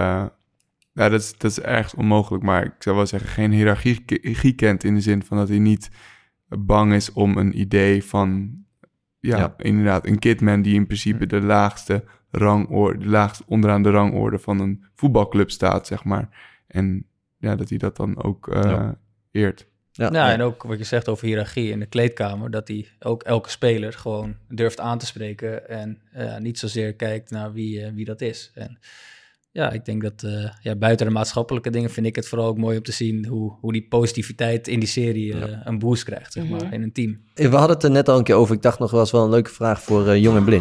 dat is ergens onmogelijk, maar ik zou wel zeggen, geen hiërarchie kent in de zin van dat hij niet bang is om een idee van, inderdaad, een Kidman die in principe de laagste onderaan de rangorde van een voetbalclub staat, zeg maar. En dat hij dat dan ook eert. Ja, en ook wat je zegt over hiërarchie in de kleedkamer, dat hij ook elke speler gewoon durft aan te spreken en niet zozeer kijkt naar wie dat is. En ja, ik denk dat buiten de maatschappelijke dingen vind ik het vooral ook mooi om te zien hoe die positiviteit in die serie een boost krijgt, zeg maar, in een team. We hadden het er net al een keer over. Ik dacht nog wel eens wel een leuke vraag voor Jong en Blind.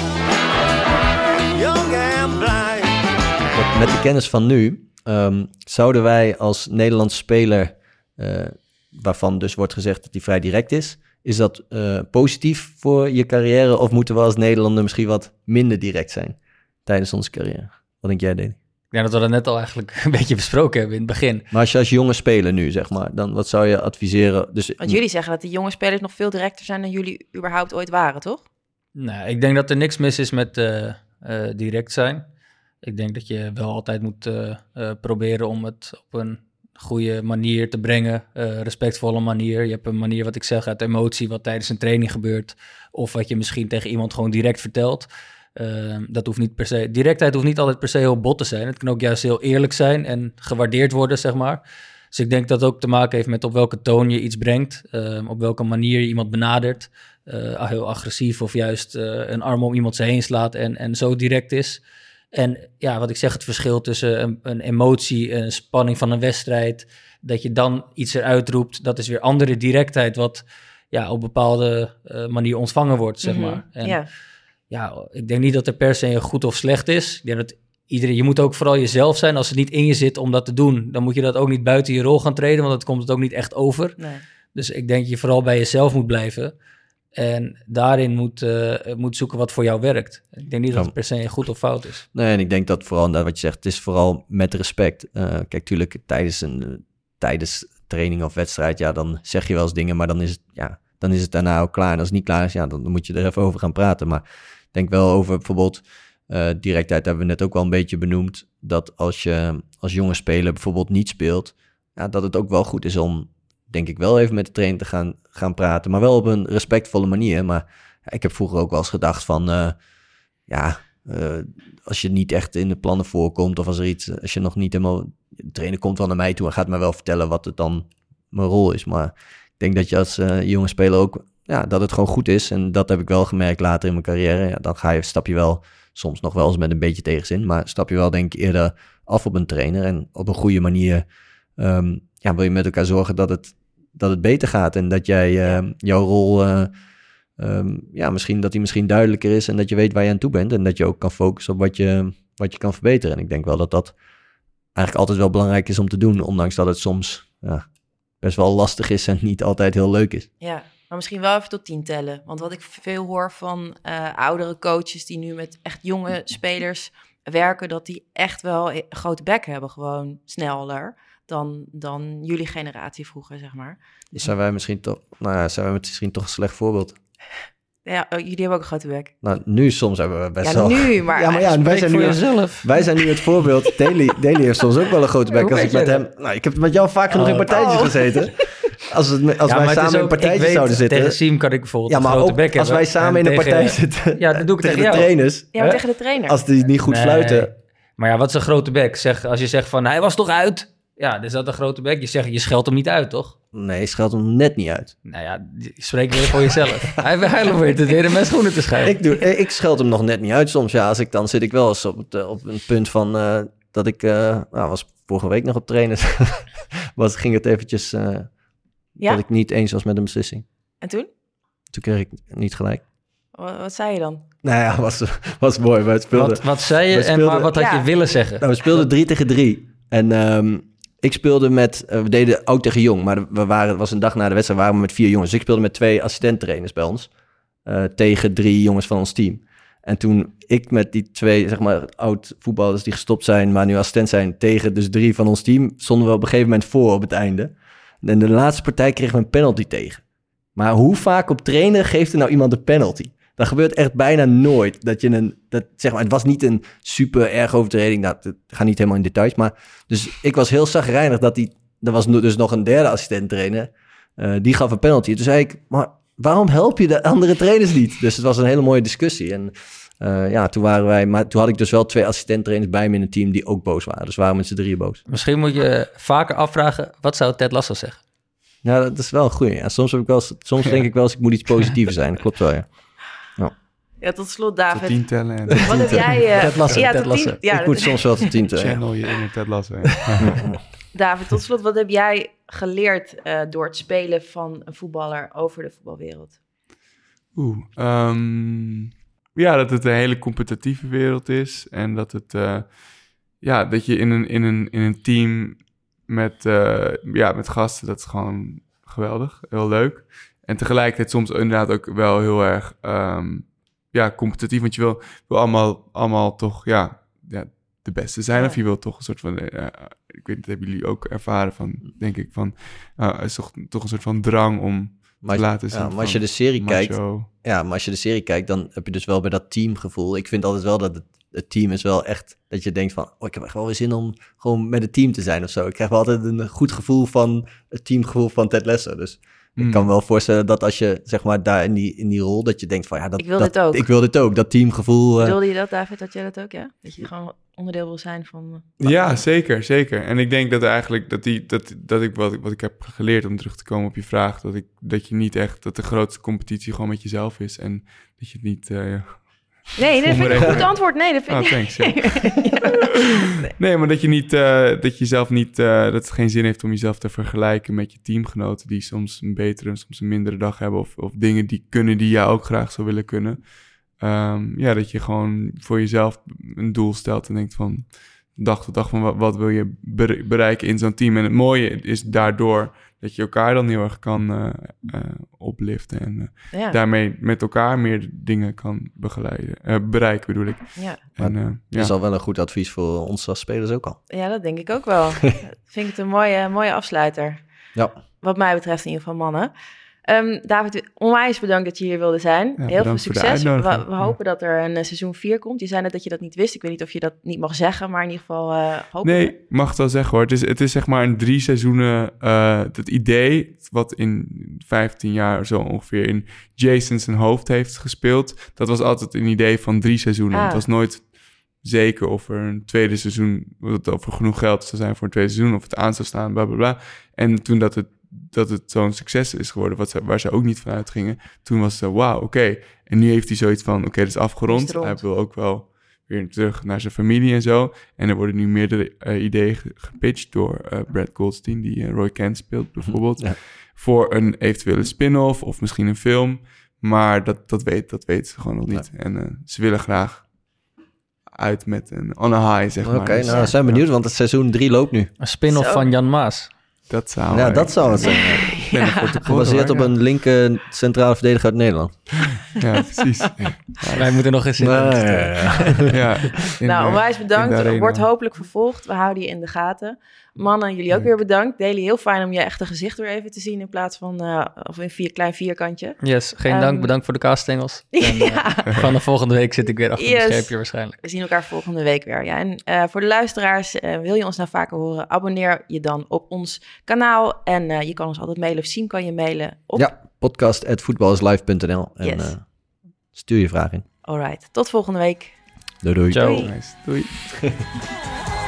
Met de kennis van nu, zouden wij als Nederlandse speler, waarvan dus wordt gezegd dat hij vrij direct is dat positief voor je carrière? Of moeten we als Nederlander misschien wat minder direct zijn tijdens onze carrière? Wat denk jij, Danny? Ik denk dat we dat net al eigenlijk een beetje besproken hebben in het begin. Maar als je als jonge speler nu, zeg maar, dan wat zou je adviseren? Dus, want jullie zeggen dat die jonge spelers nog veel directer zijn dan jullie überhaupt ooit waren, toch? Nou, ik denk dat er niks mis is met direct zijn. Ik denk dat je wel altijd moet proberen om het op een goede manier te brengen, respectvolle manier. Je hebt een manier, wat ik zeg, uit emotie, wat tijdens een training gebeurt, of wat je misschien tegen iemand gewoon direct vertelt. Dat hoeft niet per se, directheid hoeft niet altijd per se heel bot te zijn. Het kan ook juist heel eerlijk zijn en gewaardeerd worden, zeg maar. Dus ik denk dat het ook te maken heeft met op welke toon je iets brengt, op welke manier je iemand benadert, heel agressief of juist een arm om iemand heen slaat en zo direct is. En ja, wat ik zeg, het verschil tussen een emotie, een spanning van een wedstrijd, dat je dan iets eruit roept, dat is weer andere directheid, wat op een bepaalde manier ontvangen wordt, zeg maar. En ik denk niet dat er per se een goed of slecht is. Ik denk dat je moet ook vooral jezelf zijn. Als het niet in je zit om dat te doen, dan moet je dat ook niet buiten je rol gaan treden, want dan komt het ook niet echt over. Nee. Dus ik denk dat je vooral bij jezelf moet blijven. En daarin moet zoeken wat voor jou werkt. Ik denk niet dat het per se goed of fout is. Nee, en ik denk dat vooral, wat je zegt, het is vooral met respect. Kijk, tuurlijk, tijdens training of wedstrijd, dan zeg je wel eens dingen, maar dan is het daarna ook klaar. En als het niet klaar is, dan moet je er even over gaan praten. Maar ik denk wel over bijvoorbeeld directheid, hebben we net ook wel een beetje benoemd, dat als je als jonge speler bijvoorbeeld niet speelt, dat het ook wel goed is om, denk ik, wel even met de trainer te gaan praten, maar wel op een respectvolle manier. Maar ik heb vroeger ook wel eens gedacht van, als je niet echt in de plannen voorkomt, of als je nog niet helemaal, de trainer komt wel naar mij toe en gaat mij wel vertellen wat het dan mijn rol is. Maar ik denk dat je als jonge speler ook, dat het gewoon goed is. En dat heb ik wel gemerkt later in mijn carrière. Dan stap je wel soms nog wel eens met een beetje tegenzin, maar stap je wel, denk ik, eerder af op een trainer en op een goede manier wil je met elkaar zorgen dat het beter gaat en dat jij jouw rol, dat die misschien duidelijker is en dat je weet waar je aan toe bent en dat je ook kan focussen op wat je kan verbeteren. En ik denk wel dat eigenlijk altijd wel belangrijk is om te doen. Ondanks dat het soms best wel lastig is en niet altijd heel leuk is. Ja, maar misschien wel even tot 10 tellen. Want wat ik veel hoor van oudere coaches die nu met echt jonge spelers werken, dat die echt wel een grote bek hebben, gewoon sneller dan jullie generatie vroeger, zeg maar. Dus zijn wij misschien toch een slecht voorbeeld? Ja, jullie hebben ook een grote bek. Nou, nu soms hebben we best wel... nu, maar... Ja, maar ja, wij zijn voor nu jezelf. Wij zijn nu het voorbeeld. Daily heeft soms ook wel een grote bek. Hoe Als ik weet met je hem... Nou, ik heb met jou vaak genoeg in partijtjes gezeten. Als wij samen in partijtjes zouden zitten... Tegen Siem kan ik bijvoorbeeld maar een grote ook bek als hebben. wij samen in een partij zitten... Ja, dat doe ik tegen de jou. trainers. Ja, maar tegen de trainer. Als die niet goed fluiten... Maar ja, wat is een grote bek? Als je zegt van, hij was toch uit? Ja, dus dat een grote bek. Je scheldt hem niet uit, toch? Nee, scheld hem net niet uit. Nou ja, spreek weer voor jezelf. Hij probeert het weer in mijn schoenen te schrijven. Ik scheld hem nog net niet uit soms. Ja, dan zit ik wel eens op een punt van dat ik... was vorige week nog op trainen. Ging het eventjes... dat ik niet eens was met een beslissing. En toen? Toen kreeg ik niet gelijk. Wat zei je dan? Nou ja, was mooi. We speelden, wat zei je maar wat had je willen zeggen? Nou, we speelden 3 tegen 3. En ik speelde met... we deden oud tegen jong, maar het was een dag na de wedstrijd, waren we met 4 jongens. Dus ik speelde met 2 assistenttrainers bij ons. Tegen 3 jongens van ons team. En toen ik met die 2, zeg maar, oud voetballers die gestopt zijn, maar nu assistent zijn, tegen dus 3 van ons team, stonden we op een gegeven moment voor op het einde. En de laatste partij kregen we een penalty tegen. Maar hoe vaak op trainen geeft er nou iemand een penalty? Dat gebeurt echt bijna nooit. Het was niet een super erg overtreding. Nou, ik ga niet helemaal in details. Maar dus ik was heel chagrijnig er was dus nog een derde assistent trainer. Die gaf een penalty. Toen zei ik, maar waarom help je de andere trainers niet? Dus het was een hele mooie discussie. En toen had ik dus wel 2 assistent trainers bij me in het team die ook boos waren. Dus we waren met z'n 3 boos. Misschien moet je vaker afvragen, wat zou Ted Lasso zeggen? Ja, dat is wel een goeie. Ja, soms denk ik wel eens, ik moet iets positiefs zijn. Dat klopt wel, ja. Ja, tot slot, David. Tot 10 tellen. En Wat heb jij... Ted Lasso. Ja, Ted tot 10. Lasso. Ja, Ik moet soms wel tot 10 tellen. channel je in Ted Lasso. David, tot slot, wat heb jij geleerd door het spelen van een voetballer over de voetbalwereld? Dat het een hele competitieve wereld is. En dat het dat je in een team met gasten, dat is gewoon geweldig, heel leuk. En tegelijkertijd soms inderdaad ook wel heel erg competitief, want je wil allemaal toch de beste zijn. Ja. Of je wil toch een soort van, ik weet niet, dat hebben jullie ook ervaren van, denk ik, van, is toch een soort van drang om te laten zien. Maar als je de serie kijkt, maar als je de serie kijkt, dan heb je dus wel bij dat teamgevoel. Ik vind altijd wel dat het team is wel echt, dat je denkt van, ik heb echt wel weer zin om gewoon met het team te zijn of zo. Ik krijg wel altijd een goed gevoel van het teamgevoel van Ted Lasso. Dus ik kan me wel voorstellen dat als je, zeg maar, daar in die rol, dat je denkt van, ik wil dit ook, dat teamgevoel. Wilde je dat, David, dat jij dat ook, ja? Dat je gewoon onderdeel wil zijn van... Ja, zeker. En ik denk dat eigenlijk, dat ik wat ik heb geleerd, om terug te komen op je vraag, dat je niet echt, dat de grootste competitie gewoon met jezelf is en dat je het niet... Nee, dat vind ik een goed antwoord. Nee, dat vind ik... thanks. Nee, maar dat je niet, dat je zelf niet, dat het geen zin heeft om jezelf te vergelijken met je teamgenoten die soms een betere en soms een mindere dag hebben of dingen die jij ook graag zou willen kunnen. Dat je gewoon voor jezelf een doel stelt en denkt van dag tot dag van wat wil je bereiken in zo'n team. En het mooie is daardoor dat je elkaar dan heel erg kan opliften en daarmee met elkaar meer dingen kan bereiken, bedoel ik. Ja. Dat is al wel een goed advies voor ons als spelers ook al. Ja, dat denk ik ook wel. Vind ik het een mooie afsluiter. Ja. Wat mij betreft in ieder geval, mannen. David, onwijs bedankt dat je hier wilde zijn. Ja, heel veel succes. We hopen Ja. dat er een seizoen 4 komt. Je zei net dat je dat niet wist. Ik weet niet of je dat niet mag zeggen, maar in ieder geval hopen Nee, ik mag het wel zeggen hoor. Het is zeg maar in 3 seizoenen het idee wat in 15 jaar zo ongeveer in Jason zijn hoofd heeft gespeeld. Dat was altijd een idee van 3 seizoenen. Het was nooit zeker of er een tweede seizoen, of er genoeg geld zou zijn voor een tweede seizoen, of het aan zou staan, bla bla bla. En toen dat het zo'n succes is geworden, waar ze ook niet van uitgingen, toen was het wauw, oké. En nu heeft hij zoiets van, oké, dat is afgerond. Hij wil ook wel weer terug naar zijn familie en zo. En er worden nu meerdere ideeën gepitcht door Brad Goldstein, die Roy Kent speelt bijvoorbeeld, voor een eventuele spin-off of misschien een film. Maar dat weten ze gewoon nog niet. En ze willen graag uit met een on a high, zeg maar. Oké, Dus, nou, we zijn benieuwd, want het seizoen 3 loopt nu. Een spin-off Zo. van Jan Maas. dat zou... Ja, dat zou het zijn. Ik ben ervoor te Gebaseerd op een linker centrale verdediger uit Nederland. Ja, precies. Wij moeten nog eens in. Ja, Nou, onwijs in de bedankt. arena. Wordt hopelijk vervolgd. We houden je in de gaten. Mannen, jullie ook weer bedankt. Daily, heel fijn om je echte gezicht weer even te zien in plaats van of in een klein vierkantje. Yes, geen dank. Bedankt voor de kaasstengels. En, Ja. vanaf volgende week zit ik weer achter Yes. het schermpje waarschijnlijk. We zien elkaar volgende week weer. Ja. En voor de luisteraars, wil je ons nou vaker horen? Abonneer je dan op ons kanaal. En je kan ons altijd mailen of Siem kan je mailen op. Ja, podcast@voetballislive.nl. En Yes. stuur je vraag in. Alright, tot volgende week. Doei doei. Ciao. Doei. Nice. Doei.